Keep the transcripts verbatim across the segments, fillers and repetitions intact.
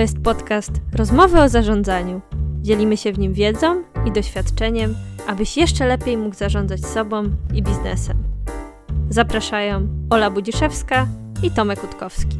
To jest podcast Rozmowy o zarządzaniu. Dzielimy się w nim wiedzą i doświadczeniem, abyś jeszcze lepiej mógł zarządzać sobą i biznesem. Zapraszają Ola Budziszewska i Tomek Utkowski.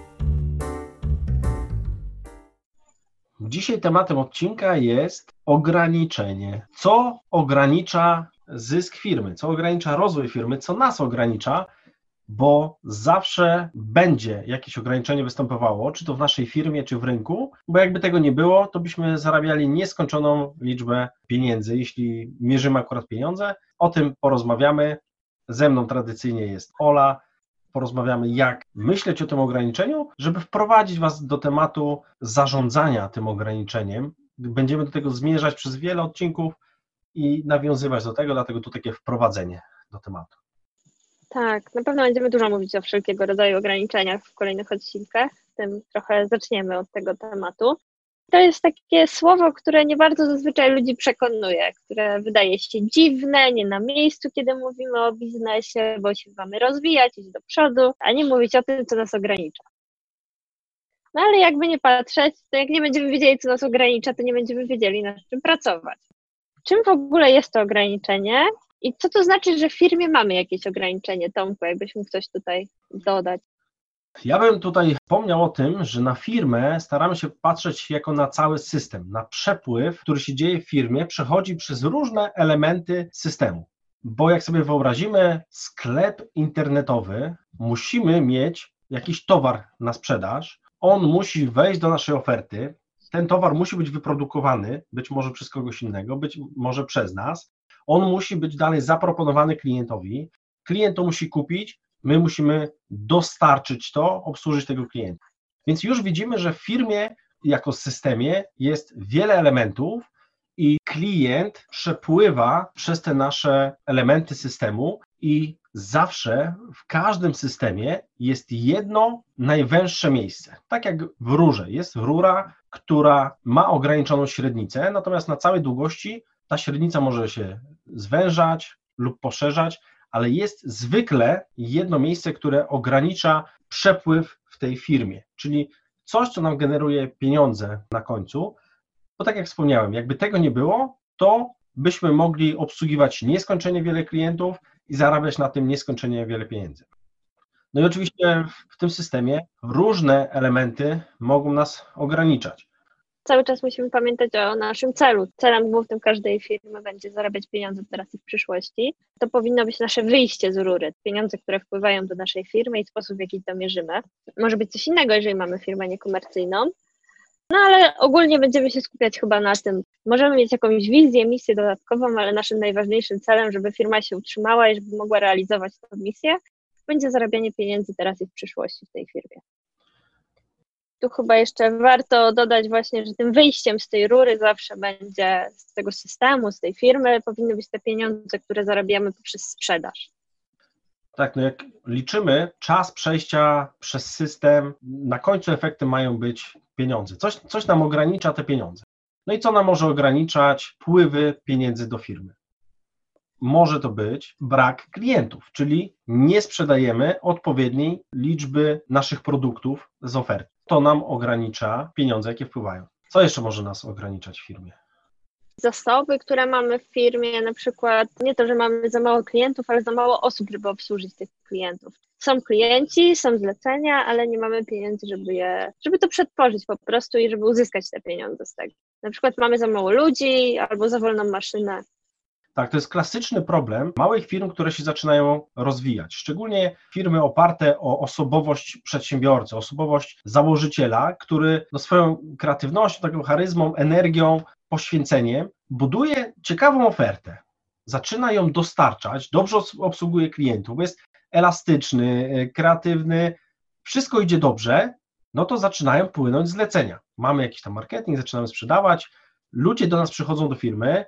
Dzisiaj tematem odcinka jest ograniczenie. Co ogranicza zysk firmy? Co ogranicza rozwój firmy? Co nas ogranicza? Bo zawsze będzie jakieś ograniczenie występowało, czy to w naszej firmie, czy w rynku, bo jakby tego nie było, to byśmy zarabiali nieskończoną liczbę pieniędzy, jeśli mierzymy akurat pieniądze. O tym porozmawiamy. Ze mną tradycyjnie jest Ola. Porozmawiamy, jak myśleć o tym ograniczeniu, żeby wprowadzić Was do tematu zarządzania tym ograniczeniem. Będziemy do tego zmierzać przez wiele odcinków i nawiązywać do tego, dlatego tu takie wprowadzenie do tematu. Tak, na pewno będziemy dużo mówić o wszelkiego rodzaju ograniczeniach w kolejnych odcinkach, tym trochę zaczniemy od tego tematu. To jest takie słowo, które nie bardzo zazwyczaj ludzi przekonuje, które wydaje się dziwne, nie na miejscu, kiedy mówimy o biznesie, bo się mamy rozwijać, iść do przodu, a nie mówić o tym, co nas ogranicza. No ale jakby nie patrzeć, to jak nie będziemy wiedzieli, co nas ogranicza, to nie będziemy wiedzieli, nad czym pracować. Czym w ogóle jest to ograniczenie i co to znaczy, że w firmie mamy jakieś ograniczenie? Tomku, jakbyś mógł coś tutaj dodać. Ja bym tutaj wspomniał o tym, że na firmę staramy się patrzeć jako na cały system, na przepływ, który się dzieje w firmie, przechodzi przez różne elementy systemu. Bo jak sobie wyobrazimy sklep internetowy, musimy mieć jakiś towar na sprzedaż, on musi wejść do naszej oferty, ten towar musi być wyprodukowany, być może przez kogoś innego, być może przez nas, on musi być dalej zaproponowany klientowi, klient to musi kupić, my musimy dostarczyć to, obsłużyć tego klienta. Więc już widzimy, że w firmie jako systemie jest wiele elementów i klient przepływa przez te nasze elementy systemu i zawsze w każdym systemie jest jedno najwęższe miejsce. Tak jak w rurze. Jest rura, która ma ograniczoną średnicę, natomiast na całej długości ta średnica może się zwężać lub poszerzać, ale jest zwykle jedno miejsce, które ogranicza przepływ w tej firmie, czyli coś, co nam generuje pieniądze na końcu, bo tak jak wspomniałem, jakby tego nie było, to byśmy mogli obsługiwać nieskończenie wiele klientów i zarabiać na tym nieskończenie wiele pieniędzy. No i oczywiście w tym systemie różne elementy mogą nas ograniczać. Cały czas musimy pamiętać o naszym celu. Celem głównym każdej firmy będzie zarabiać pieniądze teraz i w przyszłości. To powinno być nasze wyjście z rury, pieniądze, które wpływają do naszej firmy i sposób, w jaki to mierzymy. Może być coś innego, jeżeli mamy firmę niekomercyjną, no ale ogólnie będziemy się skupiać chyba na tym. Możemy mieć jakąś wizję, misję dodatkową, ale naszym najważniejszym celem, żeby firma się utrzymała i żeby mogła realizować tę misję, będzie zarabianie pieniędzy teraz i w przyszłości w tej firmie. Tu chyba jeszcze warto dodać właśnie, że tym wyjściem z tej rury zawsze będzie, z tego systemu, z tej firmy, powinny być te pieniądze, które zarabiamy poprzez sprzedaż. Tak, no jak liczymy czas przejścia przez system, na końcu efektem mają być pieniądze. Coś, coś nam ogranicza te pieniądze. No i co nam może ograniczać wpływy pieniędzy do firmy? Może to być brak klientów, czyli nie sprzedajemy odpowiedniej liczby naszych produktów z oferty. To nam ogranicza pieniądze, jakie wpływają. Co jeszcze może nas ograniczać w firmie? Zasoby, które mamy w firmie, na przykład nie to, że mamy za mało klientów, ale za mało osób, żeby obsłużyć tych klientów. Są klienci, są zlecenia, ale nie mamy pieniędzy, żeby je, żeby to przetworzyć po prostu i żeby uzyskać te pieniądze z tego. Na przykład mamy za mało ludzi albo za wolną maszynę. Tak, to jest klasyczny problem małych firm, które się zaczynają rozwijać. Szczególnie firmy oparte o osobowość przedsiębiorcy, osobowość założyciela, który no, swoją kreatywnością, taką charyzmą, energią, poświęceniem buduje ciekawą ofertę. Zaczyna ją dostarczać, dobrze obsługuje klientów, jest elastyczny, kreatywny, wszystko idzie dobrze, no to zaczynają płynąć zlecenia. Mamy jakiś tam marketing, zaczynamy sprzedawać, ludzie do nas przychodzą do firmy,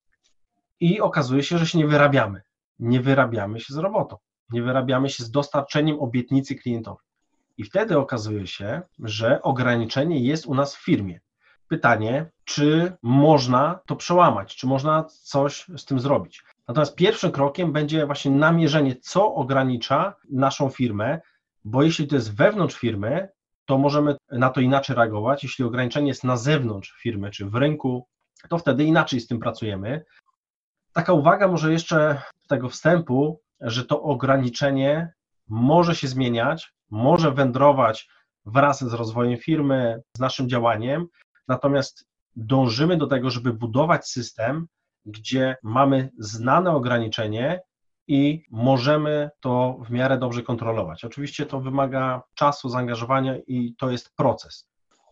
i okazuje się, że się nie wyrabiamy. Nie wyrabiamy się z robotą. Nie wyrabiamy się z dostarczeniem obietnicy klientowi. I wtedy okazuje się, że ograniczenie jest u nas w firmie. Pytanie, czy można to przełamać, czy można coś z tym zrobić. Natomiast pierwszym krokiem będzie właśnie namierzenie, co ogranicza naszą firmę, bo jeśli to jest wewnątrz firmy, to możemy na to inaczej reagować. Jeśli ograniczenie jest na zewnątrz firmy czy w rynku, to wtedy inaczej z tym pracujemy. Taka uwaga może jeszcze z tego wstępu, że to ograniczenie może się zmieniać, może wędrować wraz z rozwojem firmy, z naszym działaniem, natomiast dążymy do tego, żeby budować system, gdzie mamy znane ograniczenie i możemy to w miarę dobrze kontrolować. Oczywiście to wymaga czasu, zaangażowania i to jest proces.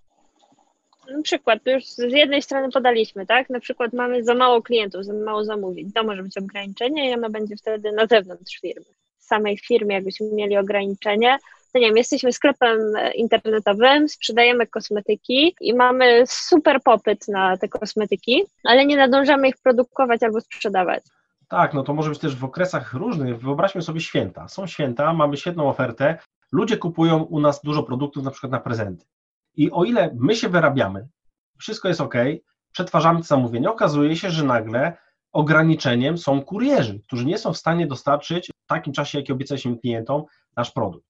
Na przykład, już z jednej strony podaliśmy, tak? Na przykład mamy za mało klientów, za mało zamówień. To może być ograniczenie i ono będzie wtedy na zewnątrz firmy. W samej firmie, jakbyśmy mieli ograniczenie, to nie wiem, jesteśmy sklepem internetowym, sprzedajemy kosmetyki i mamy super popyt na te kosmetyki, ale nie nadążamy ich produkować albo sprzedawać. Tak, no to może być też w okresach różnych. Wyobraźmy sobie święta. Są święta, mamy świetną ofertę, ludzie kupują u nas dużo produktów, na przykład na prezenty. I o ile my się wyrabiamy, wszystko jest ok, przetwarzamy te zamówienia, okazuje się, że nagle ograniczeniem są kurierzy, którzy nie są w stanie dostarczyć w takim czasie, jaki obiecaliśmy klientom, nasz produkt.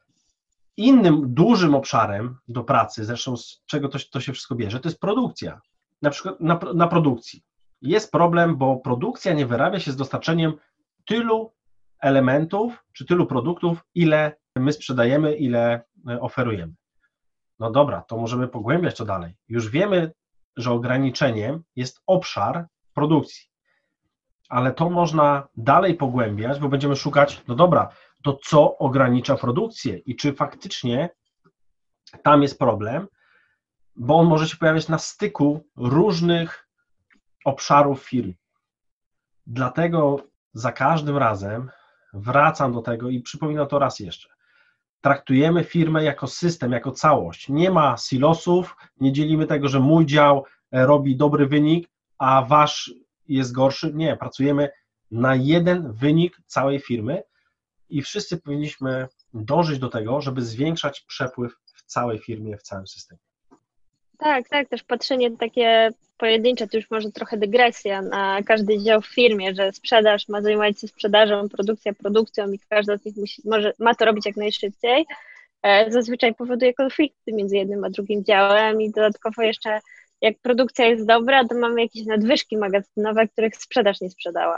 Innym dużym obszarem do pracy, zresztą z czego to, to się wszystko bierze, to jest produkcja. Na przykład na, na produkcji. Jest problem, bo produkcja nie wyrabia się z dostarczeniem tylu elementów, czy tylu produktów, ile my sprzedajemy, ile oferujemy. No dobra, to możemy pogłębiać to dalej. Już wiemy, że ograniczeniem jest obszar produkcji, ale to można dalej pogłębiać, bo będziemy szukać, no dobra, to co ogranicza produkcję i czy faktycznie tam jest problem, bo on może się pojawiać na styku różnych obszarów firmy. Dlatego za każdym razem wracam do tego i przypominam to raz jeszcze. Traktujemy firmę jako system, jako całość. Nie ma silosów, nie dzielimy tego, że mój dział robi dobry wynik, a wasz jest gorszy. Nie, pracujemy na jeden wynik całej firmy i wszyscy powinniśmy dążyć do tego, żeby zwiększać przepływ w całej firmie, w całym systemie. Tak, tak, też patrzenie takie pojedyncze, to już może trochę dygresja na każdy dział w firmie, że sprzedaż ma zajmować się sprzedażą, produkcja produkcją i każda z nich musi, może, ma to robić jak najszybciej. Zazwyczaj powoduje konflikty między jednym a drugim działem i dodatkowo jeszcze jak produkcja jest dobra, to mamy jakieś nadwyżki magazynowe, których sprzedaż nie sprzedała.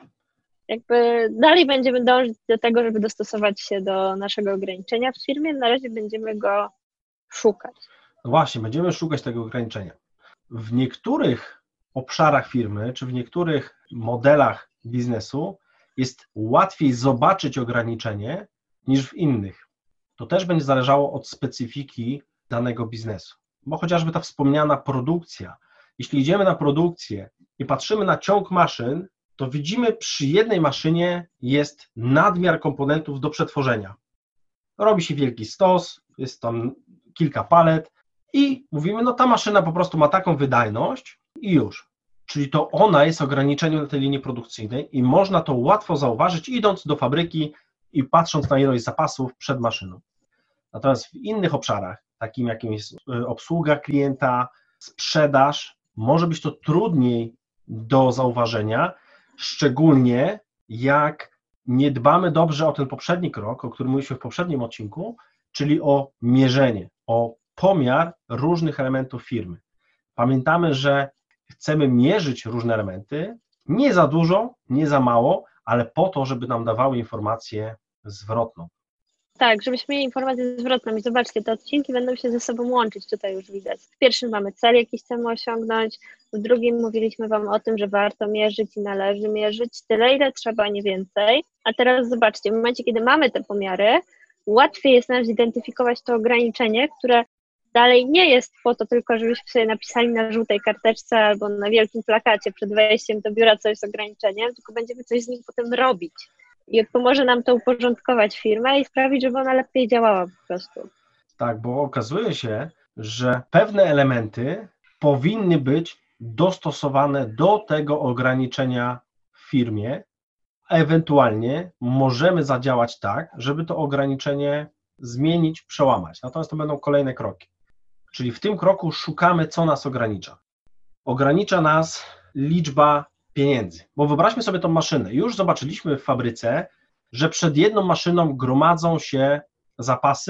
Jakby dalej będziemy dążyć do tego, żeby dostosować się do naszego ograniczenia w firmie, na razie będziemy go szukać. No właśnie, będziemy szukać tego ograniczenia. W niektórych obszarach firmy, czy w niektórych modelach biznesu jest łatwiej zobaczyć ograniczenie niż w innych. To też będzie zależało od specyfiki danego biznesu. Bo chociażby ta wspomniana produkcja, jeśli idziemy na produkcję i patrzymy na ciąg maszyn, to widzimy przy jednej maszynie jest nadmiar komponentów do przetworzenia. Robi się wielki stos, jest tam kilka palet, i mówimy, no ta maszyna po prostu ma taką wydajność i już. Czyli to ona jest ograniczeniem na tej linii produkcyjnej i można to łatwo zauważyć, idąc do fabryki i patrząc na ilość zapasów przed maszyną. Natomiast w innych obszarach, takim jakim jest obsługa klienta, sprzedaż, może być to trudniej do zauważenia, szczególnie jak nie dbamy dobrze o ten poprzedni krok, o którym mówiliśmy w poprzednim odcinku, czyli o mierzenie, o pomiar różnych elementów firmy. Pamiętamy, że chcemy mierzyć różne elementy, nie za dużo, nie za mało, ale po to, żeby nam dawały informację zwrotną. Tak, żebyśmy mieli informację zwrotną i zobaczcie, te odcinki będą się ze sobą łączyć, tutaj już widać. W pierwszym mamy cel, jaki chcemy osiągnąć, w drugim mówiliśmy Wam o tym, że warto mierzyć i należy mierzyć tyle, ile trzeba, nie więcej. A teraz zobaczcie, w momencie, kiedy mamy te pomiary, łatwiej jest nam zidentyfikować to ograniczenie, które dalej nie jest po to tylko, żebyśmy sobie napisali na żółtej karteczce albo na wielkim plakacie przed wejściem do biura, co jest ograniczeniem, tylko będziemy coś z nim potem robić. I pomoże nam to uporządkować firmę i sprawić, żeby ona lepiej działała po prostu. Tak, bo okazuje się, że pewne elementy powinny być dostosowane do tego ograniczenia w firmie, a ewentualnie możemy zadziałać tak, żeby to ograniczenie zmienić, przełamać. Natomiast to będą kolejne kroki. Czyli w tym kroku szukamy, co nas ogranicza. Ogranicza nas liczba pieniędzy. Bo wyobraźmy sobie tą maszynę. Już zobaczyliśmy w fabryce, że przed jedną maszyną gromadzą się zapasy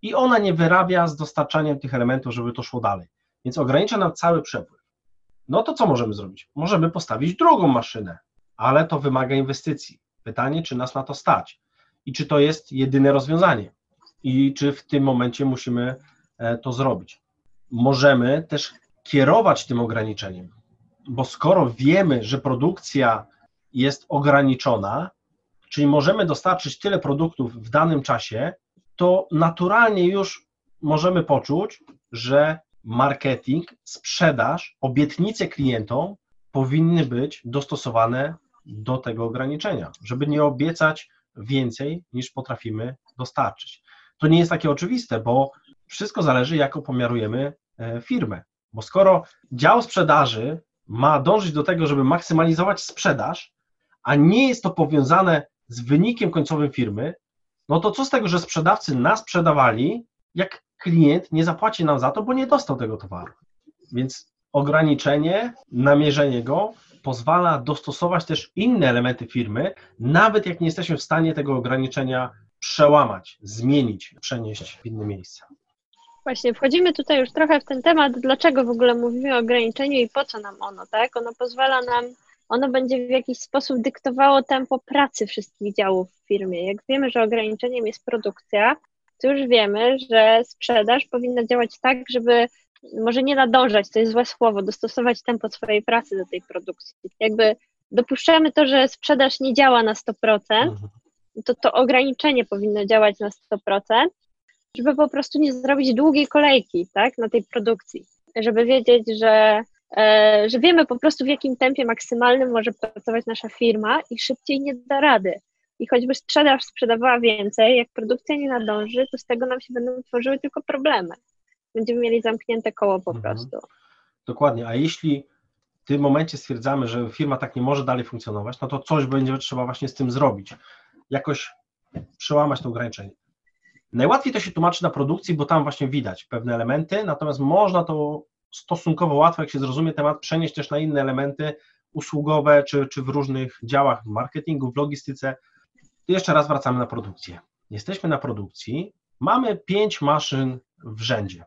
i ona nie wyrabia z dostarczaniem tych elementów, żeby to szło dalej. Więc ogranicza nam cały przepływ. No to co możemy zrobić? Możemy postawić drugą maszynę, ale to wymaga inwestycji. Pytanie, czy nas na to stać i czy to jest jedyne rozwiązanie i czy w tym momencie musimy to zrobić. Możemy też kierować tym ograniczeniem, bo skoro wiemy, że produkcja jest ograniczona, czyli możemy dostarczyć tyle produktów w danym czasie, to naturalnie już możemy poczuć, że marketing, sprzedaż, obietnice klientom powinny być dostosowane do tego ograniczenia, żeby nie obiecać więcej niż potrafimy dostarczyć. To nie jest takie oczywiste, bo wszystko zależy, jak opomiarujemy firmę, bo skoro dział sprzedaży ma dążyć do tego, żeby maksymalizować sprzedaż, a nie jest to powiązane z wynikiem końcowym firmy, no to co z tego, że sprzedawcy nas sprzedawali, jak klient nie zapłaci nam za to, bo nie dostał tego towaru. Więc ograniczenie, namierzenie go pozwala dostosować też inne elementy firmy, nawet jak nie jesteśmy w stanie tego ograniczenia przełamać, zmienić, przenieść w inne miejsce. Właśnie, wchodzimy tutaj już trochę w ten temat, dlaczego w ogóle mówimy o ograniczeniu i po co nam ono, tak? Ono pozwala nam, ono będzie w jakiś sposób dyktowało tempo pracy wszystkich działów w firmie. Jak wiemy, że ograniczeniem jest produkcja, to już wiemy, że sprzedaż powinna działać tak, żeby może nie nadążać, to jest złe słowo, dostosować tempo swojej pracy do tej produkcji. Jakby dopuszczamy to, że sprzedaż nie działa na sto procent, to to ograniczenie powinno działać na sto procent, żeby po prostu nie zrobić długiej kolejki, tak, na tej produkcji, żeby wiedzieć, że, e, że wiemy po prostu, w jakim tempie maksymalnym może pracować nasza firma i szybciej nie da rady. I choćby sprzedaż sprzedawała więcej, jak produkcja nie nadąży, to z tego nam się będą tworzyły tylko problemy. Będziemy mieli zamknięte koło po Mhm. prostu. Dokładnie, a jeśli w tym momencie stwierdzamy, że firma tak nie może dalej funkcjonować, no to coś będzie trzeba właśnie z tym zrobić, jakoś przełamać to ograniczenie. Najłatwiej to się tłumaczy na produkcji, bo tam właśnie widać pewne elementy, natomiast można to stosunkowo łatwo, jak się zrozumie temat, przenieść też na inne elementy usługowe, czy, czy w różnych działach w marketingu, w logistyce. I jeszcze raz wracamy na produkcję. Jesteśmy na produkcji, mamy pięć maszyn w rzędzie.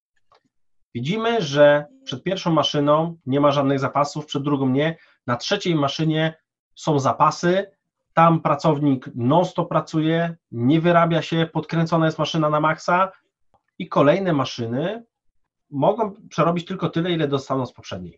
Widzimy, że przed pierwszą maszyną nie ma żadnych zapasów, przed drugą nie, na trzeciej maszynie są zapasy, tam pracownik non-stop pracuje, nie wyrabia się, podkręcona jest maszyna na maksa i kolejne maszyny mogą przerobić tylko tyle, ile dostaną z poprzedniej.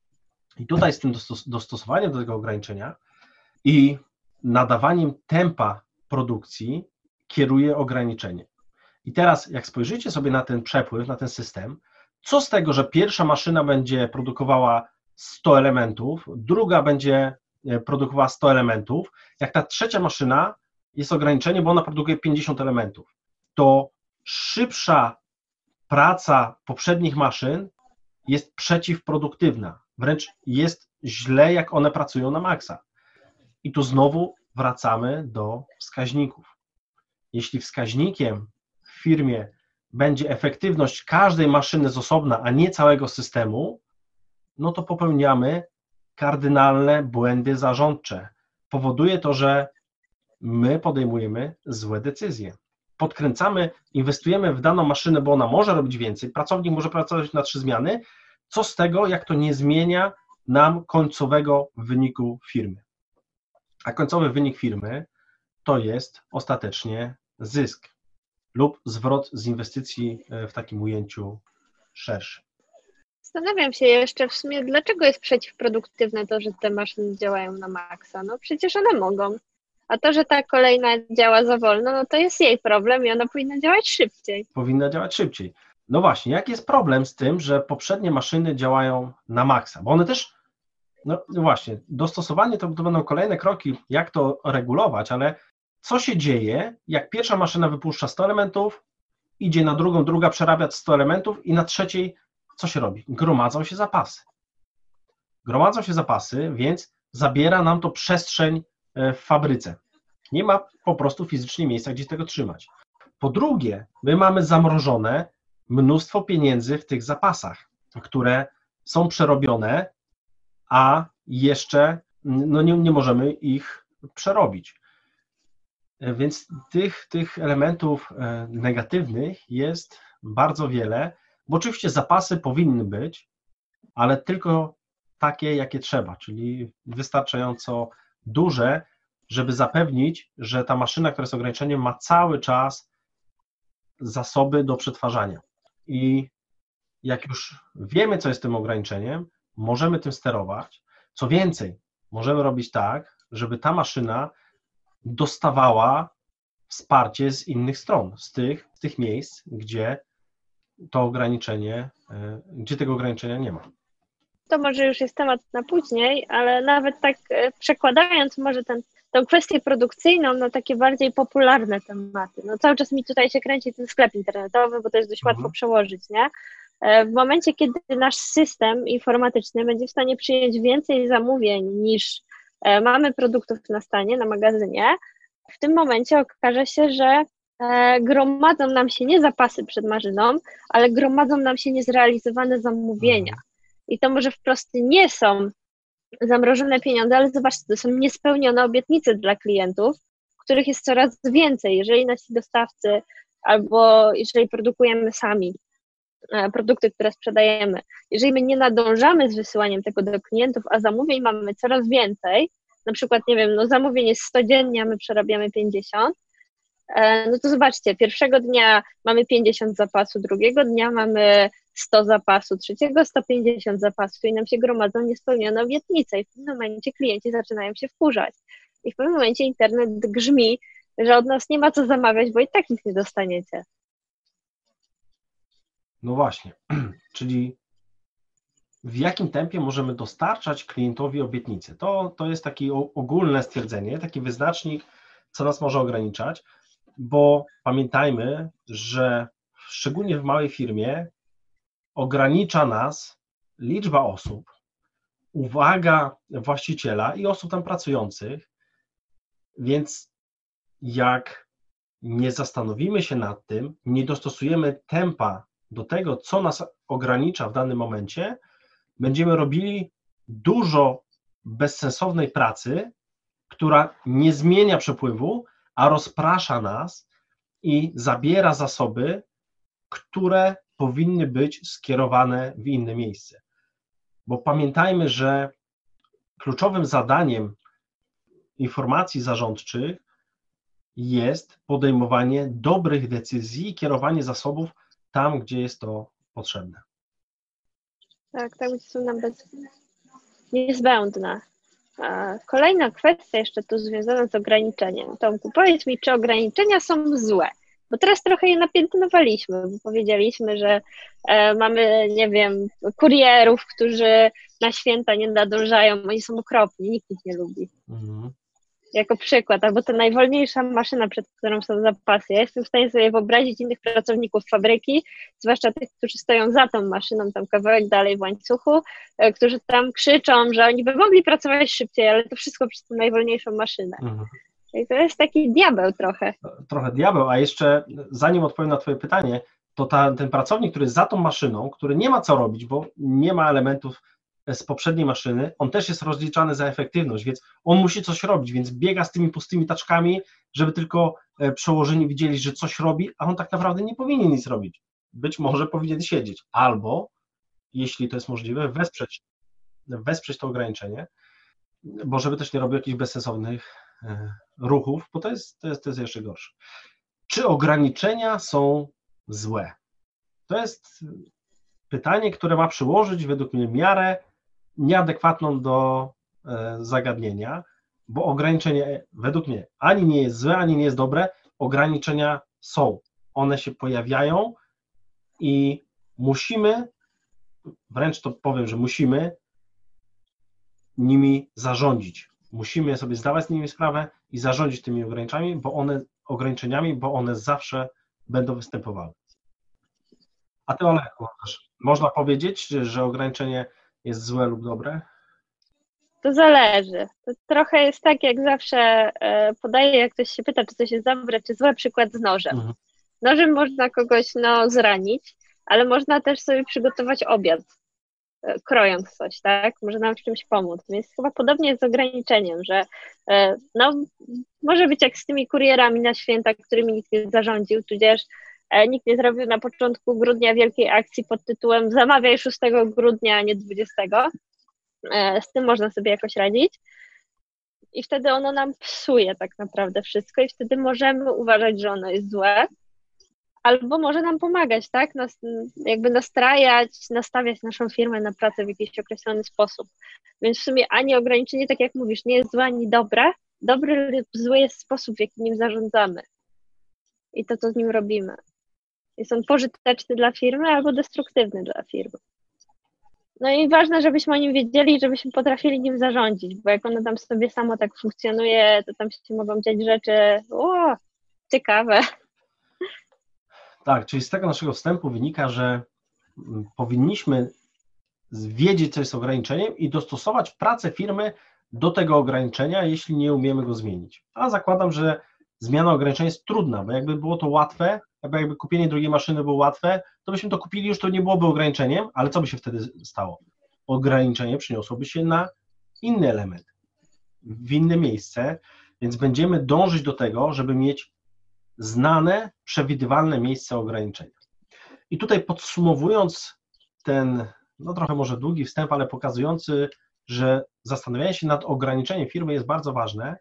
I tutaj z tym dostosowaniem do tego ograniczenia i nadawaniem tempa produkcji kieruje ograniczenie. I teraz jak spojrzycie sobie na ten przepływ, na ten system, co z tego, że pierwsza maszyna będzie produkowała sto elementów, druga będzie produkowała sto elementów, jak ta trzecia maszyna jest ograniczenie, bo ona produkuje pięćdziesiąt elementów, to szybsza praca poprzednich maszyn jest przeciwproduktywna, wręcz jest źle, jak one pracują na maksa. I tu znowu wracamy do wskaźników. Jeśli wskaźnikiem w firmie będzie efektywność każdej maszyny z osobna, a nie całego systemu, no to popełniamy kardynalne błędy zarządcze. Powoduje to, że my podejmujemy złe decyzje. Podkręcamy, inwestujemy w daną maszynę, bo ona może robić więcej, pracownik może pracować na trzy zmiany. Co z tego, jak to nie zmienia nam końcowego wyniku firmy? A końcowy wynik firmy to jest ostatecznie zysk lub zwrot z inwestycji w takim ujęciu szerszym. Zastanawiam się jeszcze w sumie, dlaczego jest przeciwproduktywne to, że te maszyny działają na maksa. No przecież one mogą. A to, że ta kolejna działa za wolno, no to jest jej problem i ona powinna działać szybciej. Powinna działać szybciej. No właśnie, jaki jest problem z tym, że poprzednie maszyny działają na maksa? Bo one też, no właśnie, dostosowanie to, to będą kolejne kroki, jak to regulować, ale co się dzieje, jak pierwsza maszyna wypuszcza sto elementów, idzie na drugą, druga przerabia sto elementów i na trzeciej co się robi? Gromadzą się zapasy. Gromadzą się zapasy, więc zabiera nam to przestrzeń w fabryce. Nie ma po prostu fizycznie miejsca, gdzie tego trzymać. Po drugie, my mamy zamrożone mnóstwo pieniędzy w tych zapasach, które są przerobione, a jeszcze no nie, nie możemy ich przerobić. Więc tych, tych elementów negatywnych jest bardzo wiele, bo oczywiście zapasy powinny być, ale tylko takie, jakie trzeba, czyli wystarczająco duże, żeby zapewnić, że ta maszyna, która jest ograniczeniem, ma cały czas zasoby do przetwarzania. I jak już wiemy, co jest tym ograniczeniem, możemy tym sterować. Co więcej, możemy robić tak, żeby ta maszyna dostawała wsparcie z innych stron, z tych, z tych miejsc, gdzie to ograniczenie, gdzie tego ograniczenia nie ma. To może już jest temat na później, ale nawet tak przekładając może ten, tę kwestię produkcyjną na takie bardziej popularne tematy. No cały czas mi tutaj się kręci ten sklep internetowy, bo to jest dość mhm. łatwo przełożyć, nie? W momencie, kiedy nasz system informatyczny będzie w stanie przyjąć więcej zamówień niż mamy produktów na stanie, na magazynie, w tym momencie okaże się, że gromadzą nam się nie zapasy przed maszyną, ale gromadzą nam się niezrealizowane zamówienia. I to może wprost nie są zamrożone pieniądze, ale zobaczcie, to są niespełnione obietnice dla klientów, których jest coraz więcej, jeżeli nasi dostawcy albo jeżeli produkujemy sami produkty, które sprzedajemy. Jeżeli my nie nadążamy z wysyłaniem tego do klientów, a zamówień mamy coraz więcej, na przykład, nie wiem, no zamówień jest sto dziennie, a my przerabiamy pięćdziesiąt, no to zobaczcie, pierwszego dnia mamy pięćdziesiąt zapasu, drugiego dnia mamy sto zapasu, trzeciego sto pięćdziesiąt zapasu i nam się gromadzą niespełnione obietnice i w tym momencie klienci zaczynają się wkurzać. I w pewnym momencie internet grzmi, że od nas nie ma co zamawiać, bo i tak nic nie dostaniecie. No właśnie, czyli w jakim tempie możemy dostarczać klientowi obietnice? To, to jest takie ogólne stwierdzenie, taki wyznacznik, co nas może ograniczać, bo pamiętajmy, że szczególnie w małej firmie ogranicza nas liczba osób, uwaga właściciela i osób tam pracujących, więc jak nie zastanowimy się nad tym, nie dostosujemy tempa do tego, co nas ogranicza w danym momencie, będziemy robili dużo bezsensownej pracy, która nie zmienia przepływu, a rozprasza nas i zabiera zasoby, które powinny być skierowane w inne miejsce. Bo pamiętajmy, że kluczowym zadaniem informacji zarządczych jest podejmowanie dobrych decyzji i kierowanie zasobów tam, gdzie jest to potrzebne. Tak, tam gdzie są nam bez... niezbędne. Kolejna kwestia jeszcze tu związana z ograniczeniem. Tomku, powiedz mi, czy ograniczenia są złe? Bo teraz trochę je napiętnowaliśmy, bo powiedzieliśmy, że e, mamy, nie wiem, kurierów, którzy na święta nie nadążają, oni są okropni, nikt ich nie lubi. Mhm. Jako przykład, albo ta najwolniejsza maszyna, przed którą są zapasy. Ja jestem w stanie sobie wyobrazić innych pracowników fabryki, zwłaszcza tych, którzy stoją za tą maszyną, tam kawałek dalej w łańcuchu, e, którzy tam krzyczą, że oni by mogli pracować szybciej, ale to wszystko przez tą najwolniejszą maszynę. Mhm. I to jest taki diabeł trochę. Trochę diabeł, a jeszcze zanim odpowiem na twoje pytanie, to ta, ten pracownik, który jest za tą maszyną, który nie ma co robić, bo nie ma elementów z poprzedniej maszyny, on też jest rozliczany za efektywność, więc on musi coś robić, więc biega z tymi pustymi taczkami, żeby tylko przełożeni widzieli, że coś robi, a on tak naprawdę nie powinien nic robić. Być może powinien siedzieć, albo, jeśli to jest możliwe, wesprzeć, wesprzeć to ograniczenie, bo żeby też nie robił jakichś bezsensownych ruchów, bo to jest, to jest, to jest jeszcze gorsze. Czy ograniczenia są złe? To jest pytanie, które ma przyłożyć według mnie miarę nieadekwatną do zagadnienia, bo ograniczenie według mnie ani nie jest złe, ani nie jest dobre, ograniczenia są. One się pojawiają i musimy, wręcz to powiem, że musimy nimi zarządzić. Musimy sobie zdawać z nimi sprawę i zarządzić tymi ograniczeniami, bo one, ograniczeniami, bo one zawsze będą występowały. A ty, Oleku, można powiedzieć, że ograniczenie jest złe lub dobre? To zależy. To trochę jest tak, jak zawsze podaję, jak ktoś się pyta, czy coś jest dobre, czy złe, przykład z nożem. Mhm. Nożem można kogoś no, zranić, ale można też sobie przygotować obiad. krojąc coś, tak? Może nam w czymś pomóc. Więc chyba podobnie jest z ograniczeniem, że no, może być jak z tymi kurierami na święta, którymi nikt nie zarządził, tudzież nikt nie zrobił na początku grudnia wielkiej akcji pod tytułem zamawiaj szóstego grudnia, a nie dwudziestego. Z tym można sobie jakoś radzić. I wtedy ono nam psuje tak naprawdę wszystko i wtedy możemy uważać, że ono jest złe, albo może nam pomagać, tak? Nas, jakby nastrajać, nastawiać naszą firmę na pracę w jakiś określony sposób. Więc w sumie ani ograniczenie, tak jak mówisz, nie jest złe ani dobre. Dobry lub zły jest sposób, w jaki nim zarządzamy i to, co z nim robimy. Jest on pożyteczny dla firmy albo destruktywny dla firmy. No i ważne, żebyśmy o nim wiedzieli, żebyśmy potrafili nim zarządzić, bo jak ono tam sobie samo tak funkcjonuje, to tam się mogą dziać rzeczy, o, ciekawe. Tak, czyli z tego naszego wstępu wynika, że powinniśmy wiedzieć, co jest ograniczeniem i dostosować pracę firmy do tego ograniczenia, jeśli nie umiemy go zmienić. A zakładam, że zmiana ograniczenia jest trudna, bo jakby było to łatwe, jakby kupienie drugiej maszyny było łatwe, to byśmy to kupili, już to nie byłoby ograniczeniem, ale co by się wtedy stało? Ograniczenie przyniosłoby się na inny element, w inne miejsce, więc będziemy dążyć do tego, żeby mieć znane, przewidywalne miejsce ograniczenia. I tutaj podsumowując ten, no trochę może długi wstęp, ale pokazujący, że zastanawianie się nad ograniczeniem firmy jest bardzo ważne,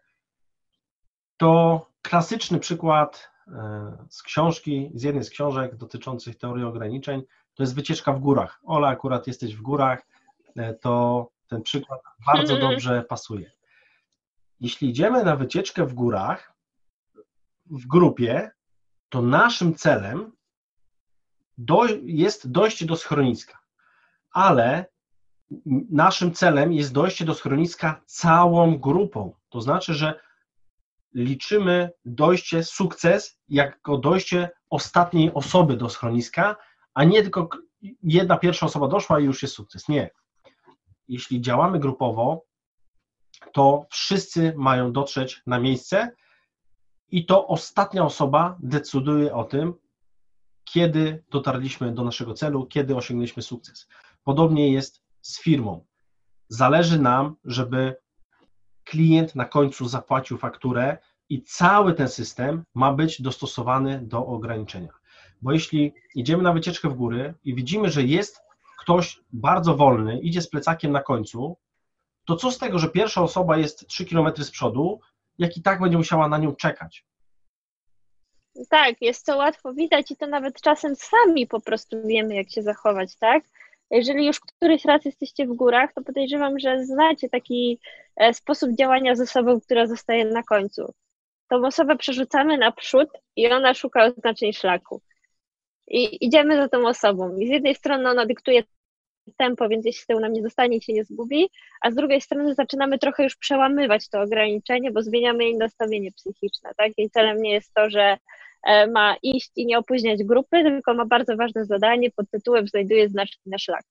to klasyczny przykład z książki, z jednej z książek dotyczących teorii ograniczeń, to jest wycieczka w górach. Ola, akurat jesteś w górach, to ten przykład bardzo dobrze pasuje. Jeśli idziemy na wycieczkę w górach, w grupie, to naszym celem do, jest dojście do schroniska, ale naszym celem jest dojście do schroniska całą grupą. To znaczy, że liczymy dojście, sukces jako dojście ostatniej osoby do schroniska, a nie tylko jedna pierwsza osoba doszła i już jest sukces. Nie. Jeśli działamy grupowo, to wszyscy mają dotrzeć na miejsce i to ostatnia osoba decyduje o tym, kiedy dotarliśmy do naszego celu, kiedy osiągnęliśmy sukces. Podobnie jest z firmą. Zależy nam, żeby klient na końcu zapłacił fakturę i cały ten system ma być dostosowany do ograniczenia. Bo jeśli idziemy na wycieczkę w góry i widzimy, że jest ktoś bardzo wolny, idzie z plecakiem na końcu, to co z tego, że pierwsza osoba jest trzy kilometry z przodu, jak i tak będzie musiała na nią czekać. Tak, jest to łatwo widać i to nawet czasem sami po prostu wiemy, jak się zachować, tak? Jeżeli już któryś raz jesteście w górach, to podejrzewam, że znacie taki sposób działania z osobą, która zostaje na końcu. Tą osobę przerzucamy naprzód i ona szuka oznaczeń szlaku. I idziemy za tą osobą. I z jednej strony ona dyktuje tempo, więc jeśli z tyłu nam nie zostanie i się nie zgubi, a z drugiej strony zaczynamy trochę już przełamywać to ograniczenie, bo zmieniamy jej nastawienie psychiczne, tak? Jej celem nie jest to, że ma iść i nie opóźniać grupy, tylko ma bardzo ważne zadanie pod tytułem znajduje znaczki na szlaku.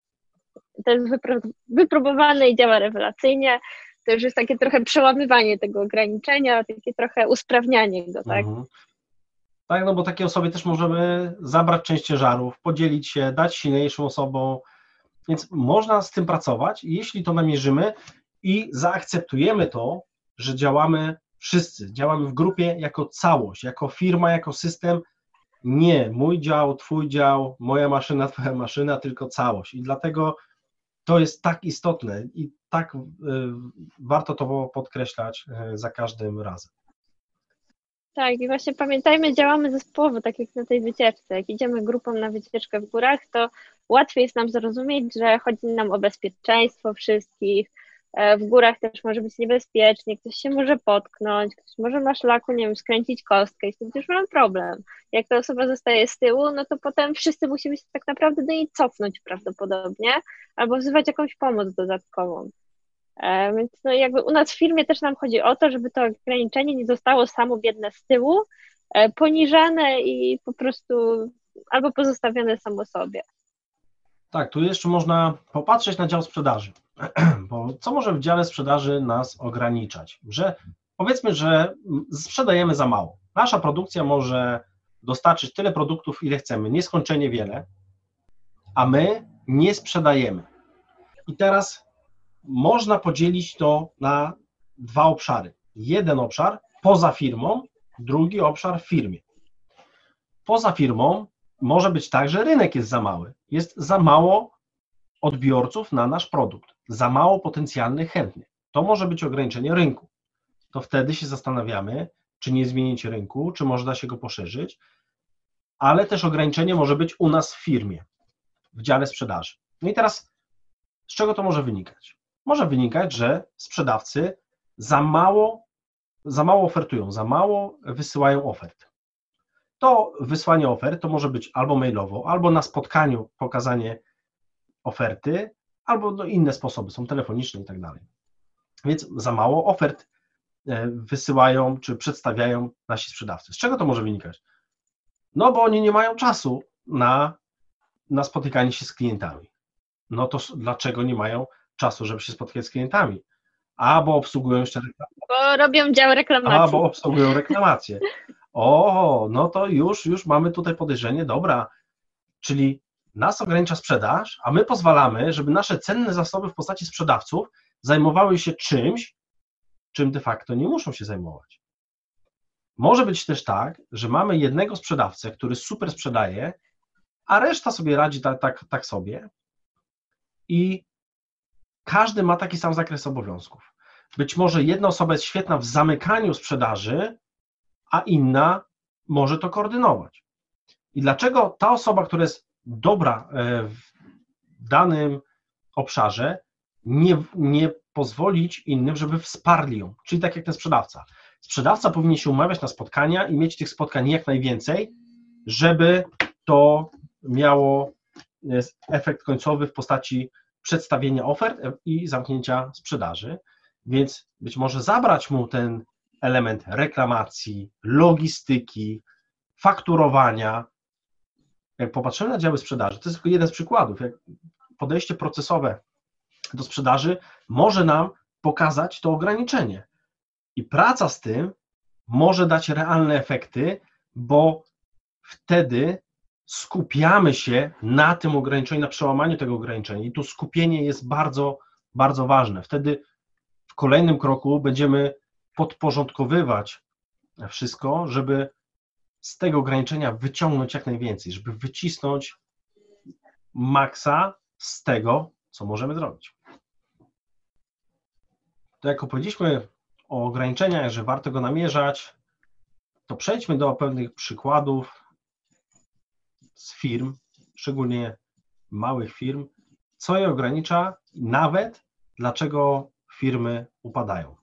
To jest wypro- wypróbowane i działa rewelacyjnie. To już jest takie trochę przełamywanie tego ograniczenia, takie trochę usprawnianie go, tak? Mhm. Tak, no bo takie osoby też możemy zabrać część ciężarów, podzielić się, dać silniejszym osobom, więc można z tym pracować, jeśli to namierzymy i zaakceptujemy to, że działamy wszyscy, działamy w grupie jako całość, jako firma, jako system, nie mój dział, twój dział, moja maszyna, twoja maszyna, tylko całość i dlatego to jest tak istotne i tak y, warto to podkreślać y, za każdym razem. Tak, i właśnie pamiętajmy, działamy zespołowo, tak jak na tej wycieczce. Jak idziemy grupą na wycieczkę w górach, to łatwiej jest nam zrozumieć, że chodzi nam o bezpieczeństwo wszystkich. W górach też może być niebezpiecznie, ktoś się może potknąć, ktoś może na szlaku, nie wiem, skręcić kostkę i wtedy już mam problem. Jak ta osoba zostaje z tyłu, no to potem wszyscy musimy się tak naprawdę do niej cofnąć prawdopodobnie, albo wzywać jakąś pomoc dodatkową. Więc no jakby u nas w firmie też nam chodzi o to, żeby to ograniczenie nie zostało samo biedne z tyłu, poniżane i po prostu albo pozostawione samo sobie. Tak, tu jeszcze można popatrzeć na dział sprzedaży, bo co może w dziale sprzedaży nas ograniczać? Że powiedzmy, że sprzedajemy za mało. Nasza produkcja może dostarczyć tyle produktów, ile chcemy, nieskończenie wiele, a my nie sprzedajemy. I teraz można podzielić to na dwa obszary. Jeden obszar poza firmą, drugi obszar w firmie. Poza firmą może być tak, że rynek jest za mały. Jest za mało odbiorców na nasz produkt, za mało potencjalnych chętnych. To może być ograniczenie rynku. To wtedy się zastanawiamy, czy nie zmienić rynku, czy może da się go poszerzyć, ale też ograniczenie może być u nas w firmie, w dziale sprzedaży. No i teraz z czego to może wynikać? Może wynikać, że sprzedawcy za mało, za mało ofertują, za mało wysyłają ofert. To wysłanie ofert to może być albo mailowo, albo na spotkaniu pokazanie oferty, albo no inne sposoby, są telefoniczne i tak dalej. Więc za mało ofert wysyłają czy przedstawiają nasi sprzedawcy. Z czego to może wynikać? No bo oni nie mają czasu na, na spotykanie się z klientami. No to dlaczego nie mają czasu, żeby się spotkać z klientami? A, bo obsługują jeszcze reklamacje. Bo robią dział reklamacji. A, bo obsługują reklamacje. O, no to już, już mamy tutaj podejrzenie, dobra, czyli nas ogranicza sprzedaż, a my pozwalamy, żeby nasze cenne zasoby w postaci sprzedawców zajmowały się czymś, czym de facto nie muszą się zajmować. Może być też tak, że mamy jednego sprzedawcę, który super sprzedaje, a reszta sobie radzi tak, tak, tak sobie i każdy ma taki sam zakres obowiązków. Być może jedna osoba jest świetna w zamykaniu sprzedaży, a inna może to koordynować. I dlaczego ta osoba, która jest dobra w danym obszarze, nie, nie pozwolić innym, żeby wsparli ją, czyli tak jak ten sprzedawca. Sprzedawca powinien się umawiać na spotkania i mieć tych spotkań jak najwięcej, żeby to miało efekt końcowy w postaci przedstawienia ofert i zamknięcia sprzedaży, więc być może zabrać mu ten element reklamacji, logistyki, fakturowania. Jak popatrzymy na działy sprzedaży, to jest tylko jeden z przykładów, jak podejście procesowe do sprzedaży może nam pokazać to ograniczenie. I praca z tym może dać realne efekty, bo wtedy skupiamy się na tym ograniczeniu, na przełamaniu tego ograniczenia. I tu skupienie jest bardzo, bardzo ważne. Wtedy w kolejnym kroku będziemy podporządkowywać wszystko, żeby z tego ograniczenia wyciągnąć jak najwięcej, żeby wycisnąć maksa z tego, co możemy zrobić. To jak opowiedzieliśmy o ograniczeniach, że warto go namierzać, to przejdźmy do pewnych przykładów z firm, szczególnie małych firm, co je ogranicza, nawet dlaczego firmy upadają.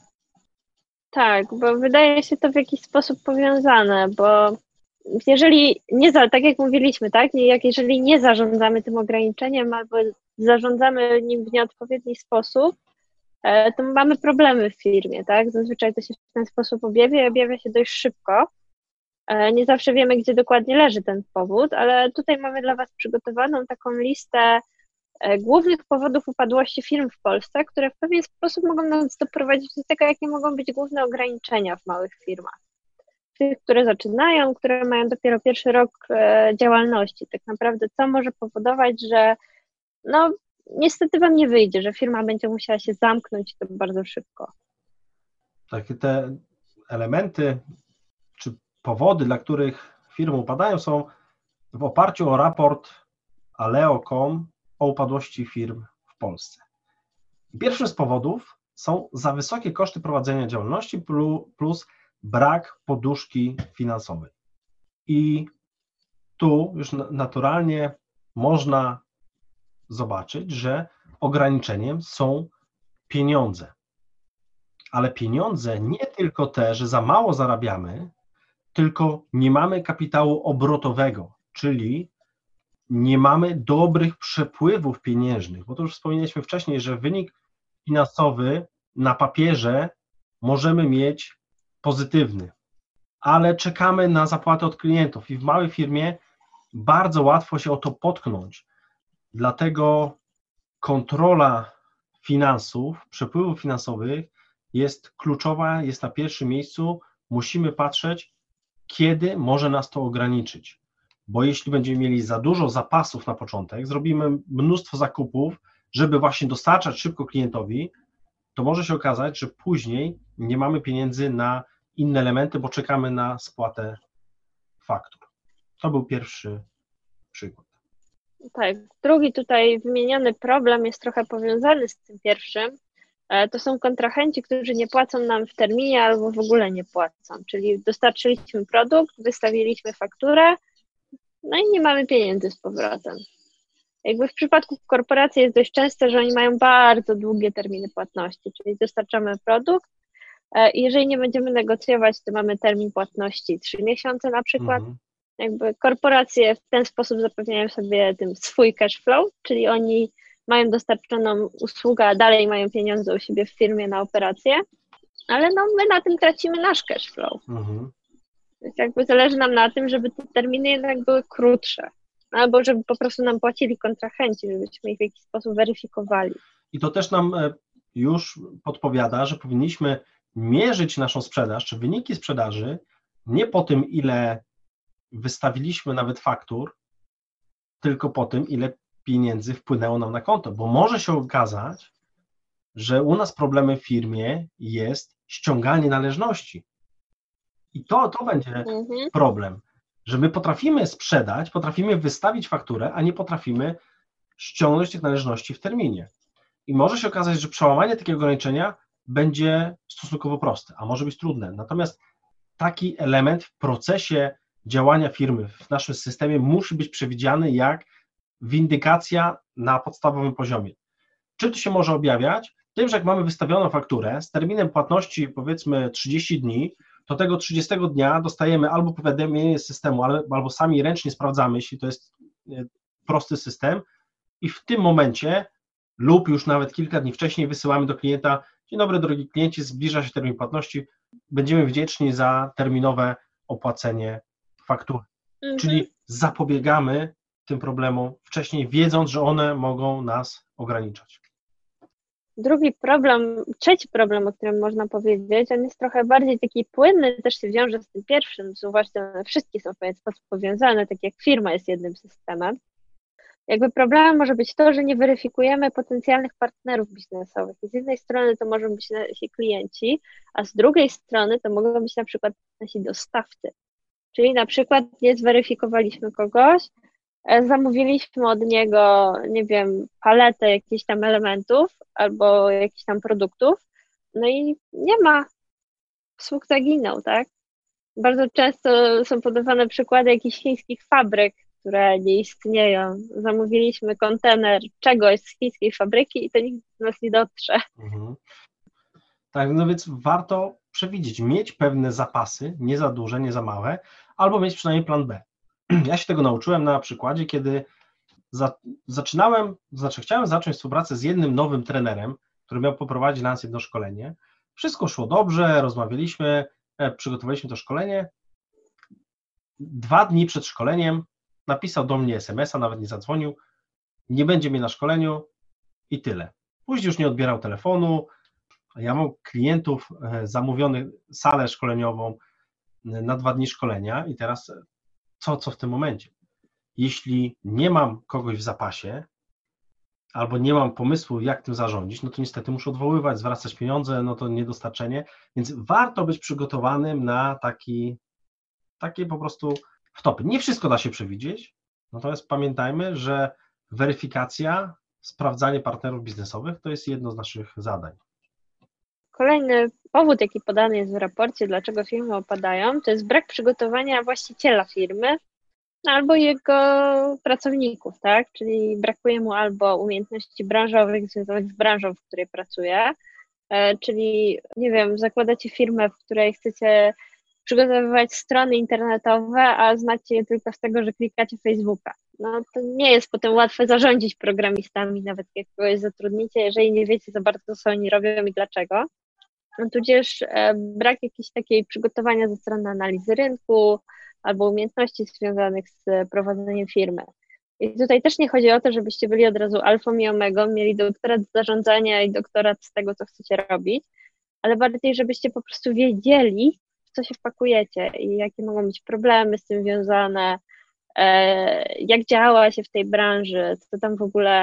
Tak, bo wydaje się to w jakiś sposób powiązane, bo jeżeli nie, za, tak jak mówiliśmy, tak, jak jeżeli nie zarządzamy tym ograniczeniem albo zarządzamy nim w nieodpowiedni sposób, to mamy problemy w firmie, tak? Zazwyczaj to się w ten sposób objawia i objawia się dość szybko. Nie zawsze wiemy, gdzie dokładnie leży ten powód, ale tutaj mamy dla Was przygotowaną taką listę głównych powodów upadłości firm w Polsce, które w pewien sposób mogą nas doprowadzić do tego, jakie mogą być główne ograniczenia w małych firmach. Tych, które zaczynają, które mają dopiero pierwszy rok działalności. Tak naprawdę co może powodować, że no niestety Wam nie wyjdzie, że firma będzie musiała się zamknąć i to bardzo szybko. Takie te elementy czy powody, dla których firmy upadają, są w oparciu o raport aleo kropka com o upadłości firm w Polsce. Pierwszym z powodów są za wysokie koszty prowadzenia działalności plus brak poduszki finansowej. I tu już naturalnie można zobaczyć, że ograniczeniem są pieniądze. Ale pieniądze nie tylko te, że za mało zarabiamy, tylko nie mamy kapitału obrotowego, czyli nie mamy dobrych przepływów pieniężnych, bo to już wspomnieliśmy wcześniej, że wynik finansowy na papierze możemy mieć pozytywny, ale czekamy na zapłatę od klientów i w małej firmie bardzo łatwo się o to potknąć. Dlatego kontrola finansów, przepływów finansowych jest kluczowa, jest na pierwszym miejscu. Musimy patrzeć, kiedy może nas to ograniczyć, bo jeśli będziemy mieli za dużo zapasów na początek, zrobimy mnóstwo zakupów, żeby właśnie dostarczać szybko klientowi, to może się okazać, że później nie mamy pieniędzy na inne elementy, bo czekamy na spłatę faktur. To był pierwszy przykład. Tak, drugi tutaj wymieniony problem jest trochę powiązany z tym pierwszym. To są kontrahenci, którzy nie płacą nam w terminie albo w ogóle nie płacą, czyli dostarczyliśmy produkt, wystawiliśmy fakturę, no i nie mamy pieniędzy z powrotem. Jakby w przypadku korporacji jest dość często, że oni mają bardzo długie terminy płatności, czyli dostarczamy produkt i jeżeli nie będziemy negocjować, to mamy termin płatności trzy miesiące na przykład. Mhm. Jakby korporacje w ten sposób zapewniają sobie tym swój cash flow, czyli oni mają dostarczoną usługę, a dalej mają pieniądze u siebie w firmie na operacje, ale no my na tym tracimy nasz cash flow. Mhm. Więc jakby zależy nam na tym, żeby te terminy jednak były krótsze, albo żeby po prostu nam płacili kontrahenci, żebyśmy ich w jakiś sposób weryfikowali. I to też nam już podpowiada, że powinniśmy mierzyć naszą sprzedaż, czy wyniki sprzedaży nie po tym, ile wystawiliśmy nawet faktur, tylko po tym, ile pieniędzy wpłynęło nam na konto, bo może się okazać, że u nas problemem w firmie jest ściąganie należności. I to, to będzie mhm. problem, że my potrafimy sprzedać, potrafimy wystawić fakturę, a nie potrafimy ściągnąć tych należności w terminie. I może się okazać, że przełamanie takiego ograniczenia będzie stosunkowo proste, a może być trudne. Natomiast taki element w procesie działania firmy, w naszym systemie musi być przewidziany jak windykacja na podstawowym poziomie. Czym to się może objawiać? Tym, że jak mamy wystawioną fakturę z terminem płatności powiedzmy trzydzieści dni, to tego trzydziestego dnia dostajemy albo powiadomienie z systemu, albo sami ręcznie sprawdzamy, jeśli to jest prosty system i w tym momencie lub już nawet kilka dni wcześniej wysyłamy do klienta: dzień dobry drogi klienci, zbliża się termin płatności, będziemy wdzięczni za terminowe opłacenie faktury. Mhm. Czyli zapobiegamy tym problemom wcześniej, wiedząc, że one mogą nas ograniczać. Drugi problem, trzeci problem, o którym można powiedzieć, on jest trochę bardziej taki płynny, też się wiąże z tym pierwszym, zauważcie, one wszystkie są w pewien sposób powiązane, tak jak firma jest jednym systemem. Jakby problemem może być to, że nie weryfikujemy potencjalnych partnerów biznesowych. I z jednej strony to mogą być nasi klienci, a z drugiej strony to mogą być na przykład nasi dostawcy. Czyli na przykład nie zweryfikowaliśmy kogoś, zamówiliśmy od niego, nie wiem, paletę jakichś tam elementów albo jakichś tam produktów, no i nie ma, sług zaginął, tak? Bardzo często są podawane przykłady jakichś chińskich fabryk, które nie istnieją. Zamówiliśmy kontener czegoś z chińskiej fabryki i to nikt do nas nie dotrze. Mhm. Tak, no więc warto przewidzieć, mieć pewne zapasy, nie za duże, nie za małe, albo mieć przynajmniej plan B. Ja się tego nauczyłem na przykładzie, kiedy za, zaczynałem, znaczy chciałem zacząć współpracę z jednym nowym trenerem, który miał poprowadzić dla nas jedno szkolenie. Wszystko szło dobrze, rozmawialiśmy, przygotowaliśmy to szkolenie. Dwa dni przed szkoleniem napisał do mnie es em es a, nawet nie zadzwonił, nie będzie mnie na szkoleniu i tyle. Później już nie odbierał telefonu, ja mam klientów zamówionych salę szkoleniową na dwa dni szkolenia i teraz co, co w tym momencie? Jeśli nie mam kogoś w zapasie albo nie mam pomysłu, jak tym zarządzić, no to niestety muszę odwoływać, zwracać pieniądze, no to niedostarczenie, więc warto być przygotowanym na taki, takie po prostu wtopy. Nie wszystko da się przewidzieć, natomiast pamiętajmy, że weryfikacja, sprawdzanie partnerów biznesowych to jest jedno z naszych zadań. Kolejny powód, jaki podany jest w raporcie, dlaczego firmy opadają, to jest brak przygotowania właściciela firmy albo jego pracowników, tak? Czyli brakuje mu albo umiejętności branżowych związanych z branżą, w której pracuje, czyli nie wiem, zakładacie firmę, w której chcecie przygotowywać strony internetowe, a znacie je tylko z tego, że klikacie Facebooka. No to nie jest potem łatwe zarządzić programistami, nawet jak kogoś zatrudnicie, jeżeli nie wiecie za bardzo, co oni robią i dlaczego. No, tudzież e, brak jakiejś takiej przygotowania ze strony analizy rynku albo umiejętności związanych z prowadzeniem firmy. I tutaj też nie chodzi o to, żebyście byli od razu alfą i omegą, mieli doktorat z zarządzania i doktorat z tego, co chcecie robić, ale bardziej, żebyście po prostu wiedzieli, w co się wpakujecie i jakie mogą być problemy z tym związane, e, jak działa się w tej branży, co tam w ogóle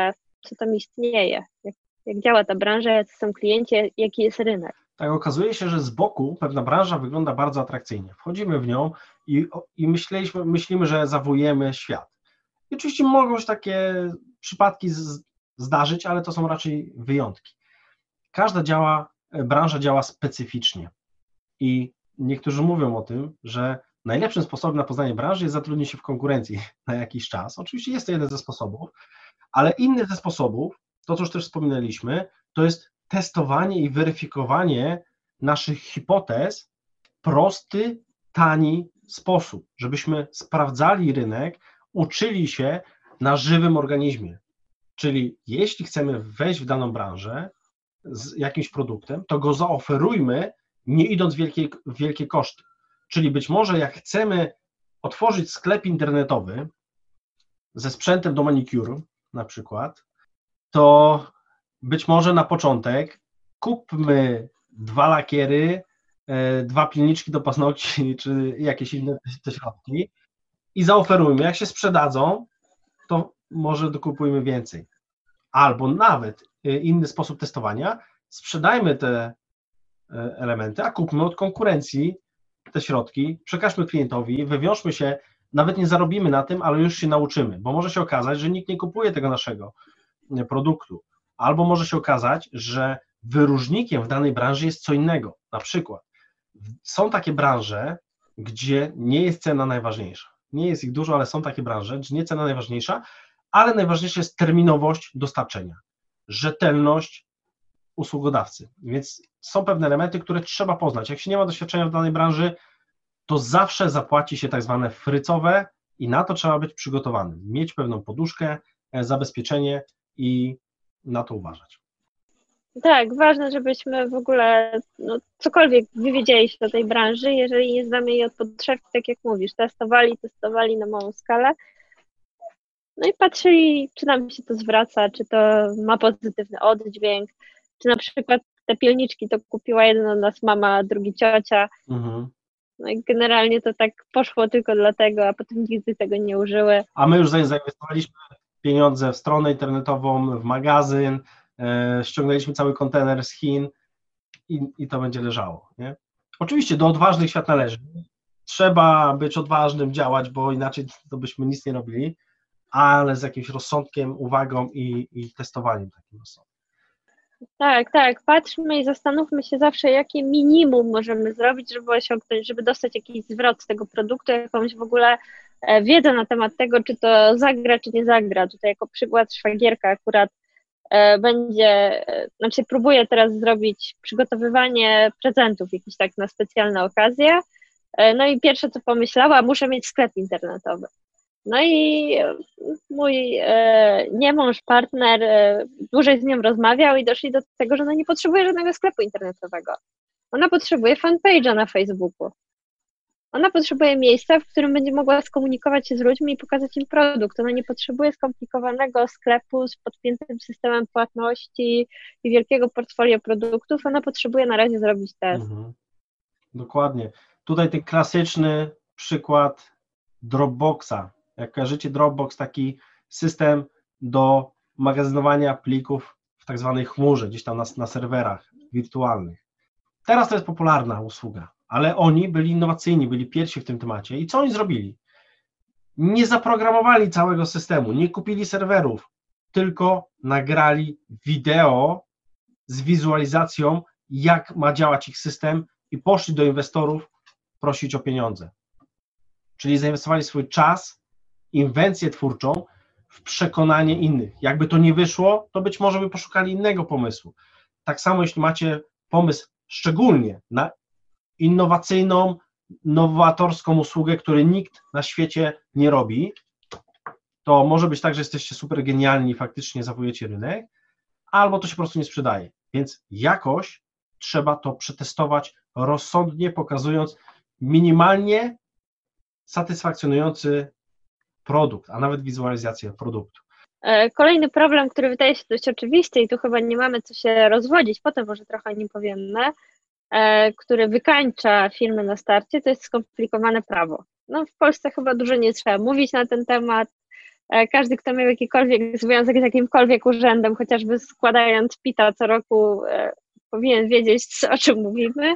co tam istnieje, jak, jak działa ta branża, jacy są klienci, jaki jest rynek. Tak, okazuje się, że z boku pewna branża wygląda bardzo atrakcyjnie. Wchodzimy w nią i, i myśleliśmy, myślimy, że zawojujemy świat. I oczywiście mogą się takie przypadki z, zdarzyć, ale to są raczej wyjątki. Każda działa, branża działa specyficznie i niektórzy mówią o tym, że najlepszym sposobem na poznanie branży jest zatrudnienie się w konkurencji na jakiś czas. Oczywiście jest to jeden ze sposobów, ale inny ze sposobów, to co już też wspominaliśmy, to jest testowanie i weryfikowanie naszych hipotez w prosty, tani sposób, żebyśmy sprawdzali rynek, uczyli się na żywym organizmie. Czyli jeśli chcemy wejść w daną branżę z jakimś produktem, to go zaoferujmy, nie idąc w wielkie, w wielkie koszty. Czyli być może jak chcemy otworzyć sklep internetowy ze sprzętem do manicure na przykład, to być może na początek kupmy dwa lakiery, dwa pilniczki do paznokci, czy jakieś inne te środki i zaoferujmy. Jak się sprzedadzą, to może dokupujmy więcej. Albo nawet inny sposób testowania, sprzedajmy te elementy, a kupmy od konkurencji te środki, przekażmy klientowi, wywiążmy się, nawet nie zarobimy na tym, ale już się nauczymy, bo może się okazać, że nikt nie kupuje tego naszego produktu, albo może się okazać, że wyróżnikiem w danej branży jest co innego. Na przykład są takie branże, gdzie nie jest cena najważniejsza. Nie jest ich dużo, ale są takie branże, gdzie nie cena najważniejsza, ale najważniejsza jest terminowość dostarczenia, rzetelność usługodawcy. Więc są pewne elementy, które trzeba poznać. Jak się nie ma doświadczenia w danej branży, to zawsze zapłaci się tak zwane frycowe i na to trzeba być przygotowanym. Mieć pewną poduszkę, zabezpieczenie i na to uważać. Tak, ważne, żebyśmy w ogóle no, cokolwiek wywiedzieli się o tej branży, jeżeli nie znamy jej od podszewki, tak jak mówisz, testowali, testowali na małą skalę, no i patrzyli, czy nam się to zwraca, czy to ma pozytywny oddźwięk, czy na przykład te pilniczki to kupiła jedna od nas mama, a drugi ciocia. Mhm. No i generalnie to tak poszło tylko dlatego, a potem nigdy tego nie użyły. A my już zainwestowaliśmy pieniądze w stronę internetową, w magazyn, e, ściągnęliśmy cały kontener z Chin i, i to będzie leżało, nie? Oczywiście do odważnych świat należy. Trzeba być odważnym, działać, bo inaczej to byśmy nic nie robili, ale z jakimś rozsądkiem, uwagą i, i testowaniem takim rozsądkiem. Tak, tak. Patrzmy i zastanówmy się zawsze, jakie minimum możemy zrobić, żeby osiągnąć, żeby dostać jakiś zwrot z tego produktu, jakąś w ogóle wiedzę na temat tego, czy to zagra, czy nie zagra. Tutaj jako przykład szwagierka akurat będzie, znaczy próbuję teraz zrobić przygotowywanie prezentów jakichś tak na specjalne okazje. No i pierwsze, co pomyślała, muszę mieć sklep internetowy. No i mój e, niemąż, partner e, dłużej z nią rozmawiał i doszli do tego, że ona nie potrzebuje żadnego sklepu internetowego. Ona potrzebuje fanpage'a na Facebooku. Ona potrzebuje miejsca, w którym będzie mogła skomunikować się z ludźmi i pokazać im produkt. Ona nie potrzebuje skomplikowanego sklepu z podpiętym systemem płatności i wielkiego portfolio produktów. Ona potrzebuje na razie zrobić test. Mhm. Dokładnie. Tutaj ten klasyczny przykład Dropboxa. Jak kojarzycie Dropbox, taki system do magazynowania plików w tak zwanej chmurze, gdzieś tam na, na serwerach wirtualnych. Teraz to jest popularna usługa, ale oni byli innowacyjni, byli pierwsi w tym temacie. I co oni zrobili? Nie zaprogramowali całego systemu, nie kupili serwerów, tylko nagrali wideo z wizualizacją, jak ma działać ich system i poszli do inwestorów prosić o pieniądze. Czyli zainwestowali swój czas, inwencję twórczą w przekonanie innych. Jakby to nie wyszło, to być może by poszukali innego pomysłu. Tak samo jeśli macie pomysł szczególnie na innowacyjną, nowatorską usługę, której nikt na świecie nie robi, to może być tak, że jesteście super genialni i faktycznie zawojujecie rynek, albo to się po prostu nie sprzedaje. Więc jakoś trzeba to przetestować rozsądnie, pokazując minimalnie satysfakcjonujący produkt, a nawet wizualizację produktu. Kolejny problem, który wydaje się dość oczywisty i tu chyba nie mamy co się rozwodzić, potem może trochę o nim powiemy, który wykańcza firmy na starcie, to jest skomplikowane prawo. No w Polsce chyba dużo nie trzeba mówić na ten temat, Każdy, kto miał jakikolwiek związek z jakimkolwiek urzędem, chociażby składając pita co roku, powinien wiedzieć, o czym mówimy,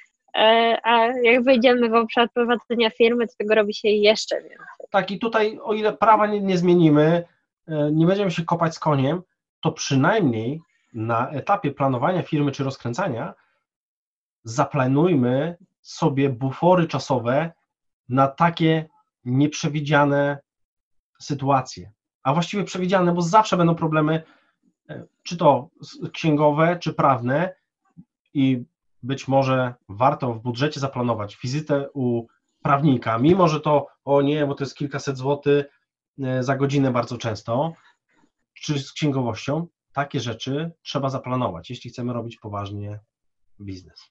a jak wejdziemy w obszar prowadzenia firmy, to tego robi się jeszcze więcej. Tak, i tutaj o ile prawa nie, nie zmienimy, nie będziemy się kopać z koniem, to przynajmniej na etapie planowania firmy czy rozkręcania zaplanujmy sobie bufory czasowe na takie nieprzewidziane sytuacje, a właściwie przewidziane, bo zawsze będą problemy, czy to księgowe, czy prawne i być może warto w budżecie zaplanować wizytę u prawnika, mimo że to, o nie, bo to jest kilkaset złotych za godzinę bardzo często, czy z księgowością, takie rzeczy trzeba zaplanować, jeśli chcemy robić poważnie biznes.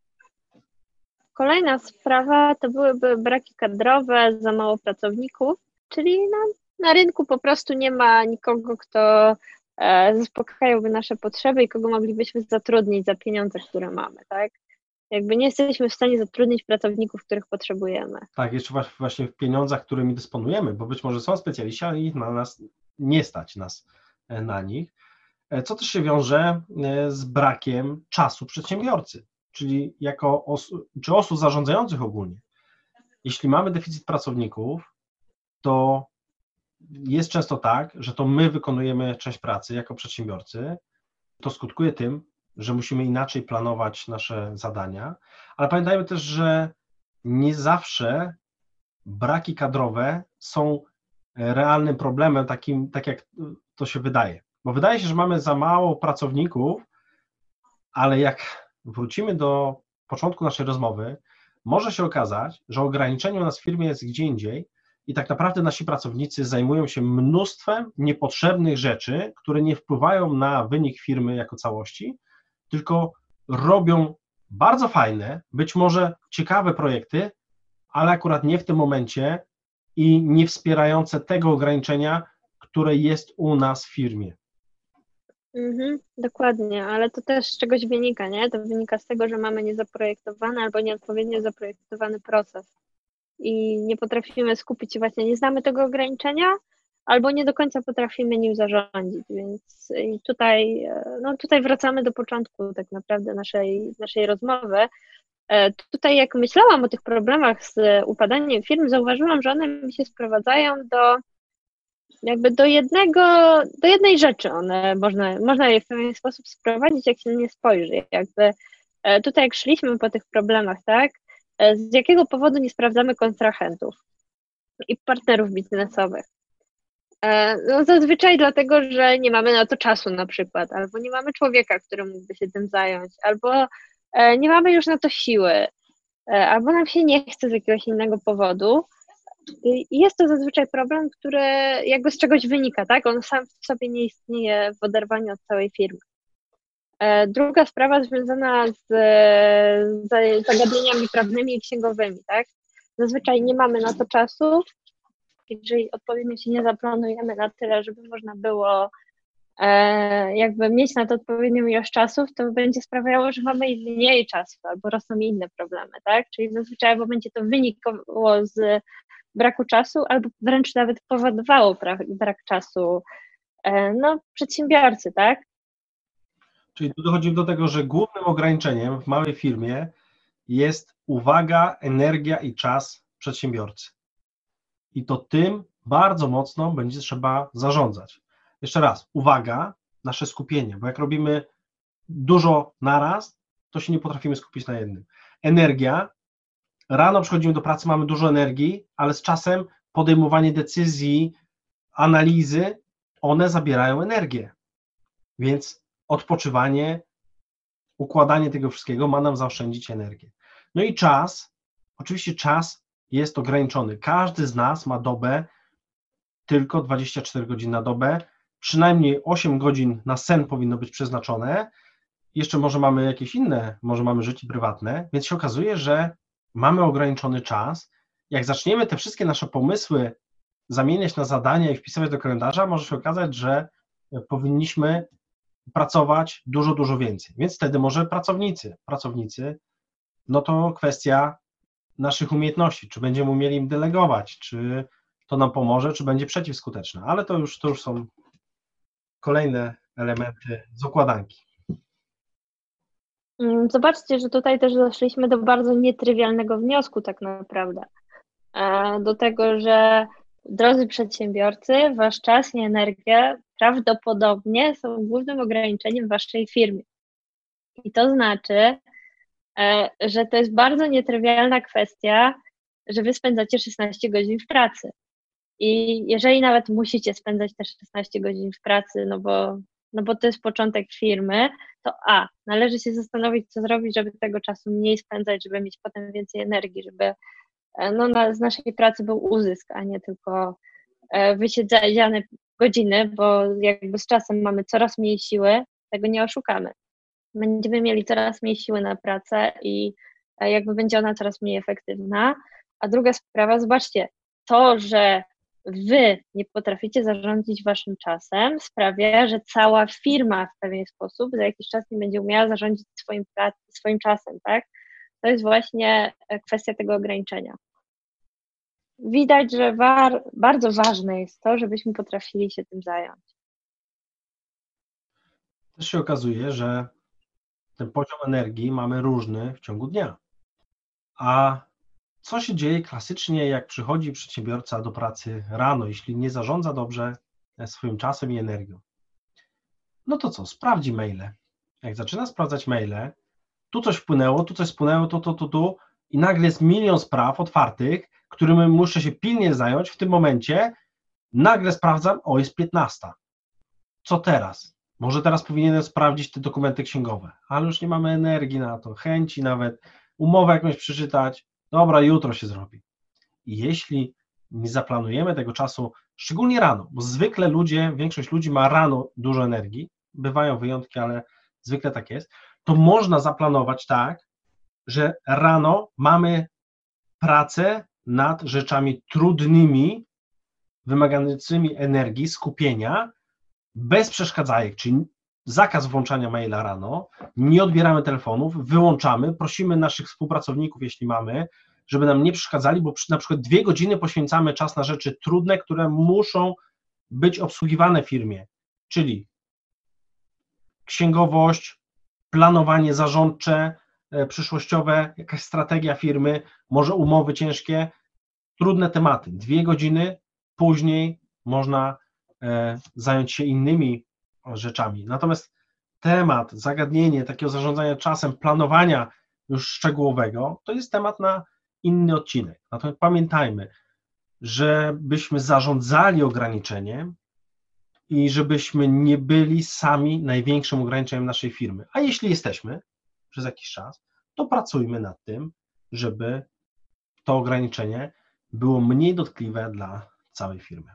Kolejna sprawa to byłyby braki kadrowe, za mało pracowników, czyli no, na rynku po prostu nie ma nikogo, kto e, zaspokajałby nasze potrzeby i kogo moglibyśmy zatrudnić za pieniądze, które mamy, tak? Jakby nie jesteśmy w stanie zatrudnić pracowników, których potrzebujemy. Tak, jeszcze właśnie w pieniądzach, którymi dysponujemy, bo być może są specjaliści, ale ich na nas nie stać nas na nich, co też się wiąże z brakiem czasu przedsiębiorcy, czyli jako os- czy osób zarządzających ogólnie. Jeśli mamy deficyt pracowników, to jest często tak, że to my wykonujemy część pracy jako przedsiębiorcy, to skutkuje tym, że musimy inaczej planować nasze zadania, ale pamiętajmy też, że nie zawsze braki kadrowe są realnym problemem, takim, tak jak to się wydaje. Bo wydaje się, że mamy za mało pracowników, ale jak wrócimy do początku naszej rozmowy, może się okazać, że ograniczenie u nas w firmie jest gdzie indziej i tak naprawdę nasi pracownicy zajmują się mnóstwem niepotrzebnych rzeczy, które nie wpływają na wynik firmy jako całości, tylko robią bardzo fajne, być może ciekawe projekty, ale akurat nie w tym momencie i nie wspierające tego ograniczenia, które jest u nas w firmie. Mhm, dokładnie, ale to też z czegoś wynika, nie? To wynika z tego, że mamy niezaprojektowany albo nieodpowiednio zaprojektowany proces i nie potrafimy skupić się, właśnie nie znamy tego ograniczenia, albo nie do końca potrafimy nim zarządzić, więc i tutaj, no tutaj wracamy do początku tak naprawdę naszej, naszej rozmowy. Tutaj jak myślałam o tych problemach z upadaniem firm, zauważyłam, że one mi się sprowadzają do jakby do jednego, do jednej rzeczy one można, można je w pewien sposób sprowadzić, jak się na nie spojrzy. Jakby tutaj jak szliśmy po tych problemach, tak, z jakiego powodu nie sprawdzamy kontrahentów i partnerów biznesowych? No zazwyczaj dlatego, że nie mamy na to czasu na przykład, albo nie mamy człowieka, który mógłby się tym zająć, albo nie mamy już na to siły, albo nam się nie chce z jakiegoś innego powodu. I jest to zazwyczaj problem, który jakby z czegoś wynika, tak? On sam w sobie nie istnieje w oderwaniu od całej firmy. Druga sprawa związana z, z zagadnieniami prawnymi i księgowymi, tak? Zazwyczaj nie mamy na to czasu, jeżeli odpowiednio się nie zaplanujemy na tyle, żeby można było e, jakby mieć na to odpowiednią ilość czasów, to będzie sprawiało, że mamy mniej czasu albo rosną inne problemy, tak? Czyli zazwyczaj albo będzie to wynikało z braku czasu, albo wręcz nawet powodowało brak, brak czasu e, no, przedsiębiorcy, tak? Czyli tu dochodzi do tego, że głównym ograniczeniem w małej firmie jest uwaga, energia i czas przedsiębiorcy. I to tym bardzo mocno będzie trzeba zarządzać. Jeszcze raz, uwaga, nasze skupienie, bo jak robimy dużo naraz, to się nie potrafimy skupić na jednym. Energia, rano przychodzimy do pracy, mamy dużo energii, ale z czasem podejmowanie decyzji, analizy, one zabierają energię. Więc odpoczywanie, układanie tego wszystkiego ma nam zaoszczędzić energię. No i czas, oczywiście czas jest ograniczony. Każdy z nas ma dobę, tylko dwadzieścia cztery godziny na dobę, przynajmniej osiem godzin na sen powinno być przeznaczone, jeszcze może mamy jakieś inne, może mamy życie prywatne, więc się okazuje, że mamy ograniczony czas. Jak zaczniemy te wszystkie nasze pomysły zamieniać na zadania i wpisywać do kalendarza, może się okazać, że powinniśmy pracować dużo, dużo więcej. Więc wtedy może pracownicy, pracownicy, no to kwestia naszych umiejętności, czy będziemy umieli im delegować, czy to nam pomoże, czy będzie przeciwskuteczne, ale to już, to już są kolejne elementy z układanki. Zobaczcie, że tutaj też doszliśmy do bardzo nietrywialnego wniosku tak naprawdę. Do tego, że drodzy przedsiębiorcy, wasz czas i energia prawdopodobnie są głównym ograniczeniem w waszej firmie. I to znaczy, że to jest bardzo nietrywialna kwestia, że wy spędzacie szesnaście godzin w pracy. I jeżeli nawet musicie spędzać te szesnaście godzin w pracy, no bo, no bo to jest początek firmy, to a, należy się zastanowić, co zrobić, żeby tego czasu mniej spędzać, żeby mieć potem więcej energii, żeby no, na, z naszej pracy był uzysk, a nie tylko e, wysiedziane godziny, bo jakby z czasem mamy coraz mniej siły, tego nie oszukamy. Będziemy mieli coraz mniej siły na pracę i e, jakby będzie ona coraz mniej efektywna. A druga sprawa, zobaczcie, to, że wy nie potraficie zarządzić waszym czasem, sprawia, że cała firma w pewien sposób za jakiś czas nie będzie umiała zarządzić swoim, swoim czasem, tak? To jest właśnie kwestia tego ograniczenia. Widać, że war, bardzo ważne jest to, żebyśmy potrafili się tym zająć. Też się okazuje, że ten poziom energii mamy różny w ciągu dnia. A co się dzieje klasycznie, jak przychodzi przedsiębiorca do pracy rano, jeśli nie zarządza dobrze swoim czasem i energią? No to co? Sprawdzi maile. Jak zaczyna sprawdzać maile, tu coś wpłynęło, tu coś spłynęło, tu, tu, tu, tu i nagle jest milion spraw otwartych, którymi muszę się pilnie zająć w tym momencie. Nagle sprawdzam, o, jest piętnasta. Co teraz? Może teraz powinienem sprawdzić te dokumenty księgowe, ale już nie mamy energii na to, chęci nawet, umowę jakąś przeczytać. Dobra, jutro się zrobi. I jeśli nie zaplanujemy tego czasu, szczególnie rano, bo zwykle ludzie, większość ludzi ma rano dużo energii, bywają wyjątki, ale zwykle tak jest, to można zaplanować tak, że rano mamy pracę nad rzeczami trudnymi, wymagającymi energii, skupienia, bez przeszkadzajek, czyli zakaz włączania maila rano, nie odbieramy telefonów, wyłączamy, prosimy naszych współpracowników, jeśli mamy, żeby nam nie przeszkadzali, bo na przykład dwie godziny poświęcamy czas na rzeczy trudne, które muszą być obsługiwane w firmie, czyli księgowość, planowanie zarządcze, przyszłościowe, jakaś strategia firmy, może umowy ciężkie, trudne tematy. Dwie godziny później można zająć się innymi rzeczami. Natomiast temat, zagadnienie takiego zarządzania czasem, planowania już szczegółowego, to jest temat na inny odcinek. Natomiast pamiętajmy, żebyśmy zarządzali ograniczeniem i żebyśmy nie byli sami największym ograniczeniem naszej firmy. A jeśli jesteśmy przez jakiś czas, to pracujmy nad tym, żeby to ograniczenie było mniej dotkliwe dla całej firmy.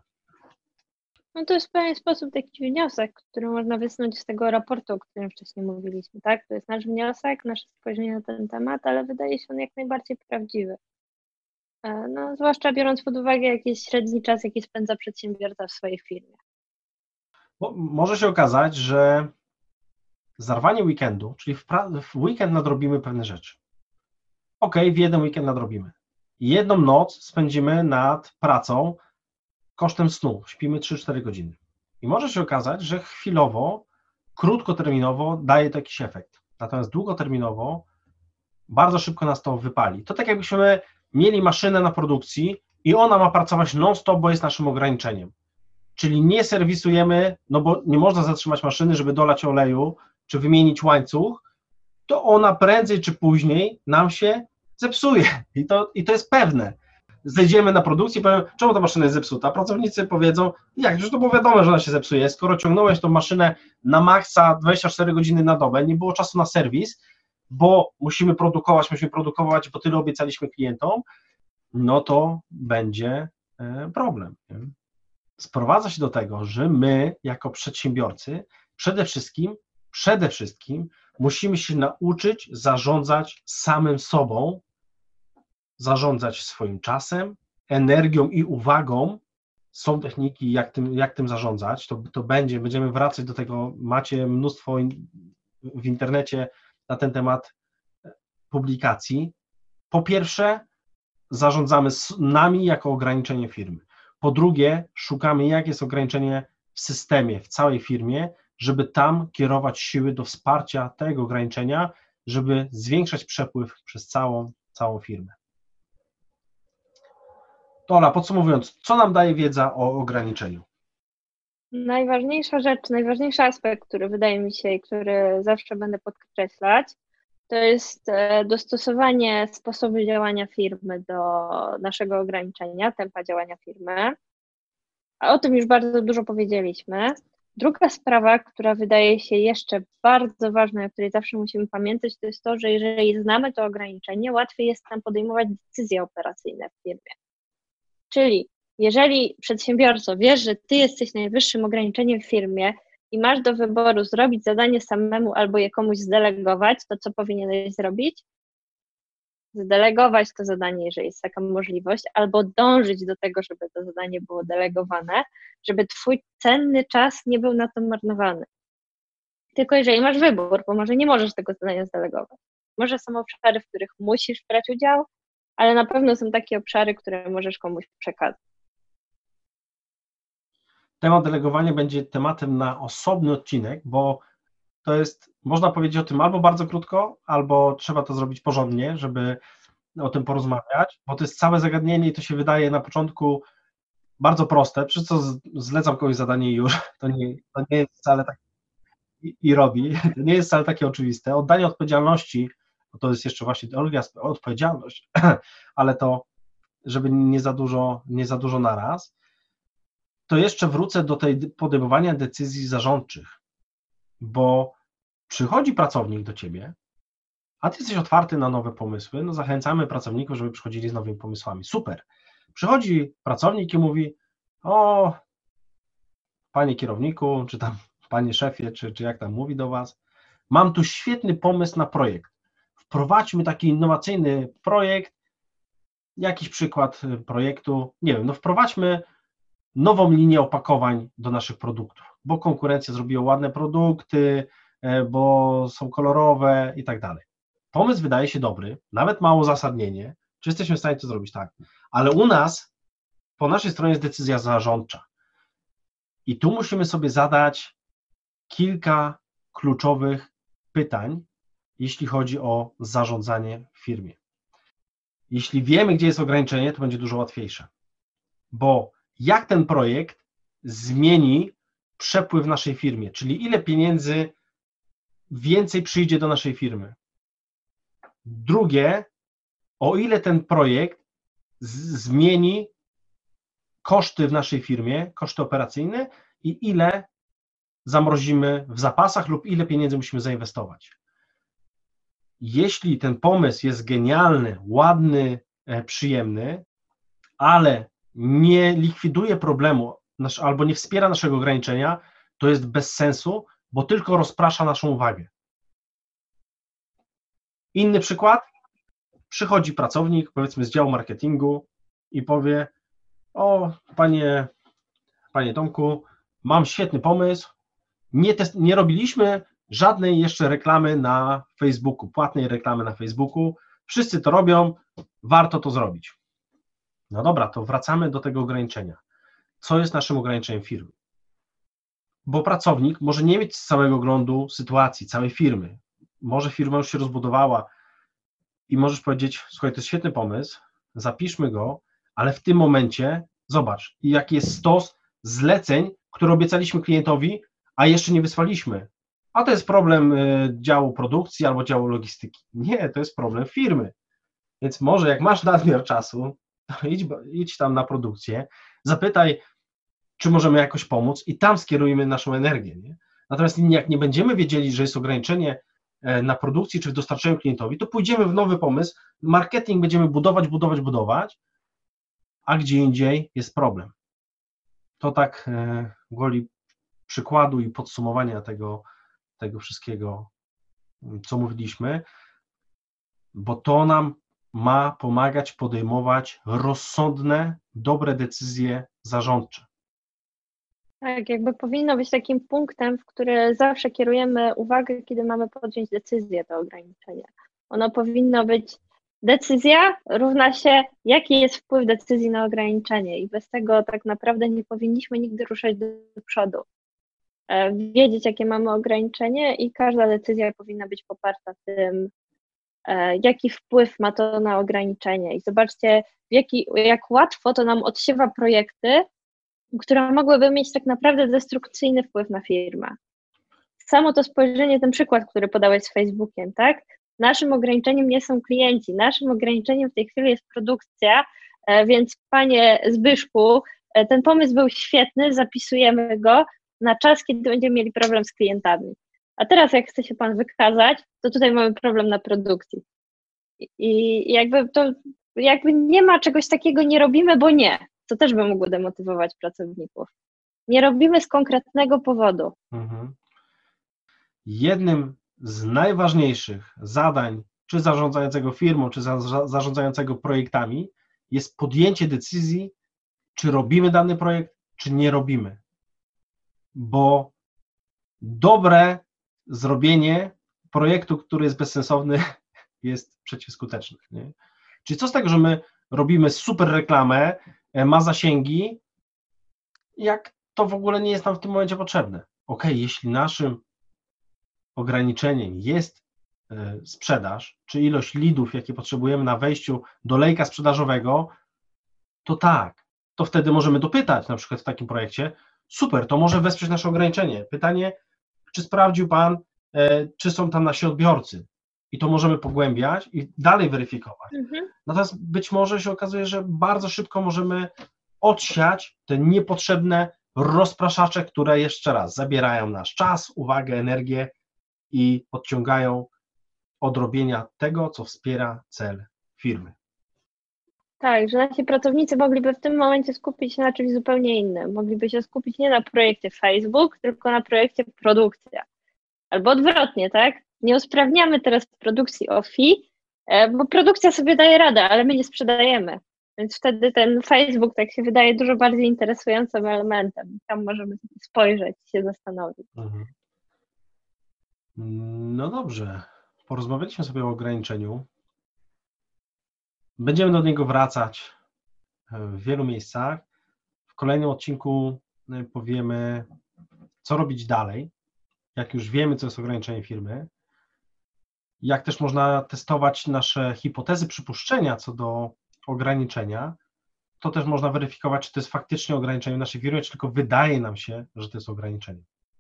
No to jest w pewien sposób taki wniosek, który można wysnuć z tego raportu, o którym wcześniej mówiliśmy, tak? To jest nasz wniosek, nasze spojrzenie na ten temat, ale wydaje się on jak najbardziej prawdziwy. No, zwłaszcza biorąc pod uwagę jakiś średni czas, jaki spędza przedsiębiorca w swojej firmie. Bo może się okazać, że zarwanie weekendu, czyli w, pra- w weekend nadrobimy pewne rzeczy. Ok, w jeden weekend nadrobimy. Jedną noc spędzimy nad pracą kosztem snu, śpimy trzy cztery godziny. I może się okazać, że chwilowo, krótkoterminowo daje to jakiś efekt. Natomiast długoterminowo bardzo szybko nas to wypali. To tak jakbyśmy mieli maszynę na produkcji i ona ma pracować non-stop, bo jest naszym ograniczeniem. Czyli nie serwisujemy, no bo nie można zatrzymać maszyny, żeby dolać oleju, czy wymienić łańcuch, to ona prędzej czy później nam się zepsuje. I to, i to jest pewne. Zejdziemy na produkcję i powiem, czemu ta maszyna jest zepsuta? Pracownicy powiedzą, jak, już to było wiadomo, że ona się zepsuje. Skoro ciągnąłeś tą maszynę na maksa dwadzieścia cztery godziny na dobę, nie było czasu na serwis, bo musimy produkować, musimy produkować, bo tyle obiecaliśmy klientom, no to będzie problem. Sprowadza się do tego, że my jako przedsiębiorcy przede wszystkim, przede wszystkim musimy się nauczyć zarządzać samym sobą, zarządzać swoim czasem, energią i uwagą. Są techniki, jak tym, jak tym zarządzać, to, to będzie, będziemy wracać do tego, macie mnóstwo in, w internecie na ten temat publikacji. Po pierwsze, zarządzamy nami jako ograniczenie firmy. Po drugie, szukamy, jak jest ograniczenie w systemie, w całej firmie, żeby tam kierować siły do wsparcia tego ograniczenia, żeby zwiększać przepływ przez całą, całą firmę. To Ola, podsumowując, co nam daje wiedza o ograniczeniu? Najważniejsza rzecz, najważniejszy aspekt, który wydaje mi się i który zawsze będę podkreślać, to jest dostosowanie sposobu działania firmy do naszego ograniczenia, tempa działania firmy. A o tym już bardzo dużo powiedzieliśmy. Druga sprawa, która wydaje się jeszcze bardzo ważna, o której zawsze musimy pamiętać, to jest to, że jeżeli znamy to ograniczenie, łatwiej jest nam podejmować decyzje operacyjne w firmie. Czyli jeżeli przedsiębiorco wiesz, że ty jesteś najwyższym ograniczeniem w firmie i masz do wyboru zrobić zadanie samemu albo je komuś zdelegować, to co powinieneś zrobić? Zdelegować to zadanie, jeżeli jest taka możliwość, albo dążyć do tego, żeby to zadanie było delegowane, żeby twój cenny czas nie był na to marnowany. Tylko jeżeli masz wybór, bo może nie możesz tego zadania zdelegować. Może są obszary, w których musisz brać udział, ale na pewno są takie obszary, które możesz komuś przekazać. Temat delegowania będzie tematem na osobny odcinek, bo to jest, można powiedzieć o tym albo bardzo krótko, albo trzeba to zrobić porządnie, żeby o tym porozmawiać, bo to jest całe zagadnienie i to się wydaje na początku bardzo proste, przy co zlecam komuś zadanie i już, to nie, to nie jest wcale tak i, i robi, to nie jest wcale takie oczywiste. Oddanie odpowiedzialności, bo to jest jeszcze właśnie drugi aspekt, odpowiedzialność, ale to, żeby nie za dużo, nie za dużo naraz, to jeszcze wrócę do tej podejmowania decyzji zarządczych, bo przychodzi pracownik do ciebie, a ty jesteś otwarty na nowe pomysły, no zachęcamy pracowników, żeby przychodzili z nowymi pomysłami. Super. Przychodzi pracownik i mówi: o, panie kierowniku, czy tam panie szefie, czy, czy jak tam mówi do was, mam tu świetny pomysł na projekt. Wprowadźmy taki innowacyjny projekt, jakiś przykład projektu, nie wiem, no wprowadźmy nową linię opakowań do naszych produktów, bo konkurencja zrobiła ładne produkty, bo są kolorowe i tak dalej. Pomysł wydaje się dobry, nawet ma uzasadnienie, czy jesteśmy w stanie to zrobić, tak, ale u nas, po naszej stronie jest decyzja zarządcza i tu musimy sobie zadać kilka kluczowych pytań, jeśli chodzi o zarządzanie w firmie. Jeśli wiemy, gdzie jest ograniczenie, to będzie dużo łatwiejsze, bo jak ten projekt zmieni przepływ w naszej firmie, czyli ile pieniędzy więcej przyjdzie do naszej firmy. Drugie, o ile ten projekt z- zmieni koszty w naszej firmie, koszty operacyjne i ile zamrozimy w zapasach lub ile pieniędzy musimy zainwestować. Jeśli ten pomysł jest genialny, ładny, e, przyjemny, ale nie likwiduje problemu nasz, albo nie wspiera naszego ograniczenia, to jest bez sensu, bo tylko rozprasza naszą uwagę. Inny przykład, przychodzi pracownik, powiedzmy z działu marketingu i powie: o, panie, panie Tomku, mam świetny pomysł, nie, test, nie robiliśmy żadnej jeszcze reklamy na Facebooku, płatnej reklamy na Facebooku, wszyscy to robią, warto to zrobić. No dobra, to wracamy do tego ograniczenia. Co jest naszym ograniczeniem firmy? Bo pracownik może nie mieć całego oglądu sytuacji, całej firmy. Może firma już się rozbudowała i możesz powiedzieć: słuchaj, to jest świetny pomysł, zapiszmy go, ale w tym momencie zobacz, jaki jest stos zleceń, które obiecaliśmy klientowi, a jeszcze nie wysłaliśmy. A to jest problem działu produkcji albo działu logistyki. Nie, to jest problem firmy. Więc może jak masz nadmiar czasu, to idź, idź tam na produkcję, zapytaj, czy możemy jakoś pomóc i tam skierujemy naszą energię. Nie? Natomiast jak nie będziemy wiedzieli, że jest ograniczenie na produkcji czy w dostarczeniu klientowi, to pójdziemy w nowy pomysł, marketing będziemy budować, budować, budować, a gdzie indziej jest problem. To tak gwoli przykładu i podsumowania tego, tego wszystkiego, co mówiliśmy, bo to nam ma pomagać podejmować rozsądne, dobre decyzje zarządcze. Tak, jakby powinno być takim punktem, w który zawsze kierujemy uwagę, kiedy mamy podjąć decyzję, to ograniczenie. Ono powinno być decyzja równa się, jaki jest wpływ decyzji na ograniczenie i bez tego tak naprawdę nie powinniśmy nigdy ruszać do, do przodu. Wiedzieć, jakie mamy ograniczenie i każda decyzja powinna być poparta tym, jaki wpływ ma to na ograniczenie. I zobaczcie, w jaki, jak łatwo to nam odsiewa projekty, które mogłyby mieć tak naprawdę destrukcyjny wpływ na firmę. Samo to spojrzenie, ten przykład, który podałeś z Facebookiem, tak? Naszym ograniczeniem nie są klienci, naszym ograniczeniem w tej chwili jest produkcja, więc panie Zbyszku, ten pomysł był świetny, zapisujemy go na czas, kiedy będziemy mieli problem z klientami. A teraz jak chce się pan wykazać, to tutaj mamy problem na produkcji. I jakby to, jakby nie ma czegoś takiego, nie robimy, bo nie. To też by mogło demotywować pracowników. Nie robimy z konkretnego powodu. Mhm. Jednym z najważniejszych zadań, czy zarządzającego firmą, czy za, za, zarządzającego projektami, jest podjęcie decyzji, czy robimy dany projekt, czy nie robimy. Bo dobre zrobienie projektu, który jest bezsensowny, jest przeciwskuteczne. Nie? Czyli co z tego, że my robimy super reklamę, ma zasięgi, jak to w ogóle nie jest nam w tym momencie potrzebne. Ok, jeśli naszym ograniczeniem jest sprzedaż, czy ilość leadów, jakie potrzebujemy na wejściu do lejka sprzedażowego, to tak, to wtedy możemy dopytać, na przykład w takim projekcie, super, to może wesprzeć nasze ograniczenie. Pytanie, czy sprawdził Pan, czy są tam nasi odbiorcy? I to możemy pogłębiać i dalej weryfikować. Mhm. Natomiast być może się okazuje, że bardzo szybko możemy odsiać te niepotrzebne rozpraszacze, które jeszcze raz zabierają nasz czas, uwagę, energię i odciągają od robienia tego, co wspiera cel firmy. Tak, że nasi pracownicy mogliby w tym momencie skupić się na czymś zupełnie innym. Mogliby się skupić nie na projekcie Facebook, tylko na projekcie produkcja. Albo odwrotnie, tak? Nie usprawniamy teraz produkcji O F I, bo produkcja sobie daje radę, ale my nie sprzedajemy. Więc wtedy ten Facebook tak się wydaje dużo bardziej interesującym elementem. Tam możemy spojrzeć, się zastanowić. Mhm. No dobrze, porozmawialiśmy sobie o ograniczeniu. Będziemy do niego wracać w wielu miejscach. W kolejnym odcinku powiemy, co robić dalej, jak już wiemy, co jest ograniczenie firmy, jak też można testować nasze hipotezy, przypuszczenia co do ograniczenia, to też można weryfikować, czy to jest faktycznie ograniczenie w naszej firmie, czy tylko wydaje nam się, że to jest ograniczenie.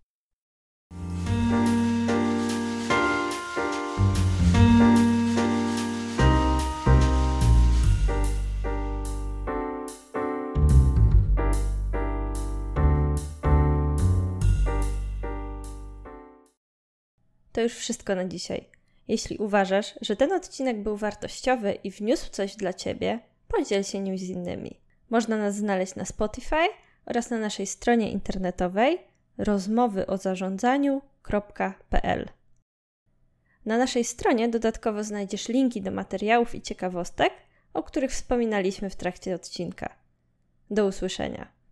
To już wszystko na dzisiaj. Jeśli uważasz, że ten odcinek był wartościowy i wniósł coś dla Ciebie, podziel się nim z innymi. Można nas znaleźć na Spotify oraz na naszej stronie internetowej rozmowy o zarządzaniu kropka p l. Na naszej stronie dodatkowo znajdziesz linki do materiałów i ciekawostek, o których wspominaliśmy w trakcie odcinka. Do usłyszenia.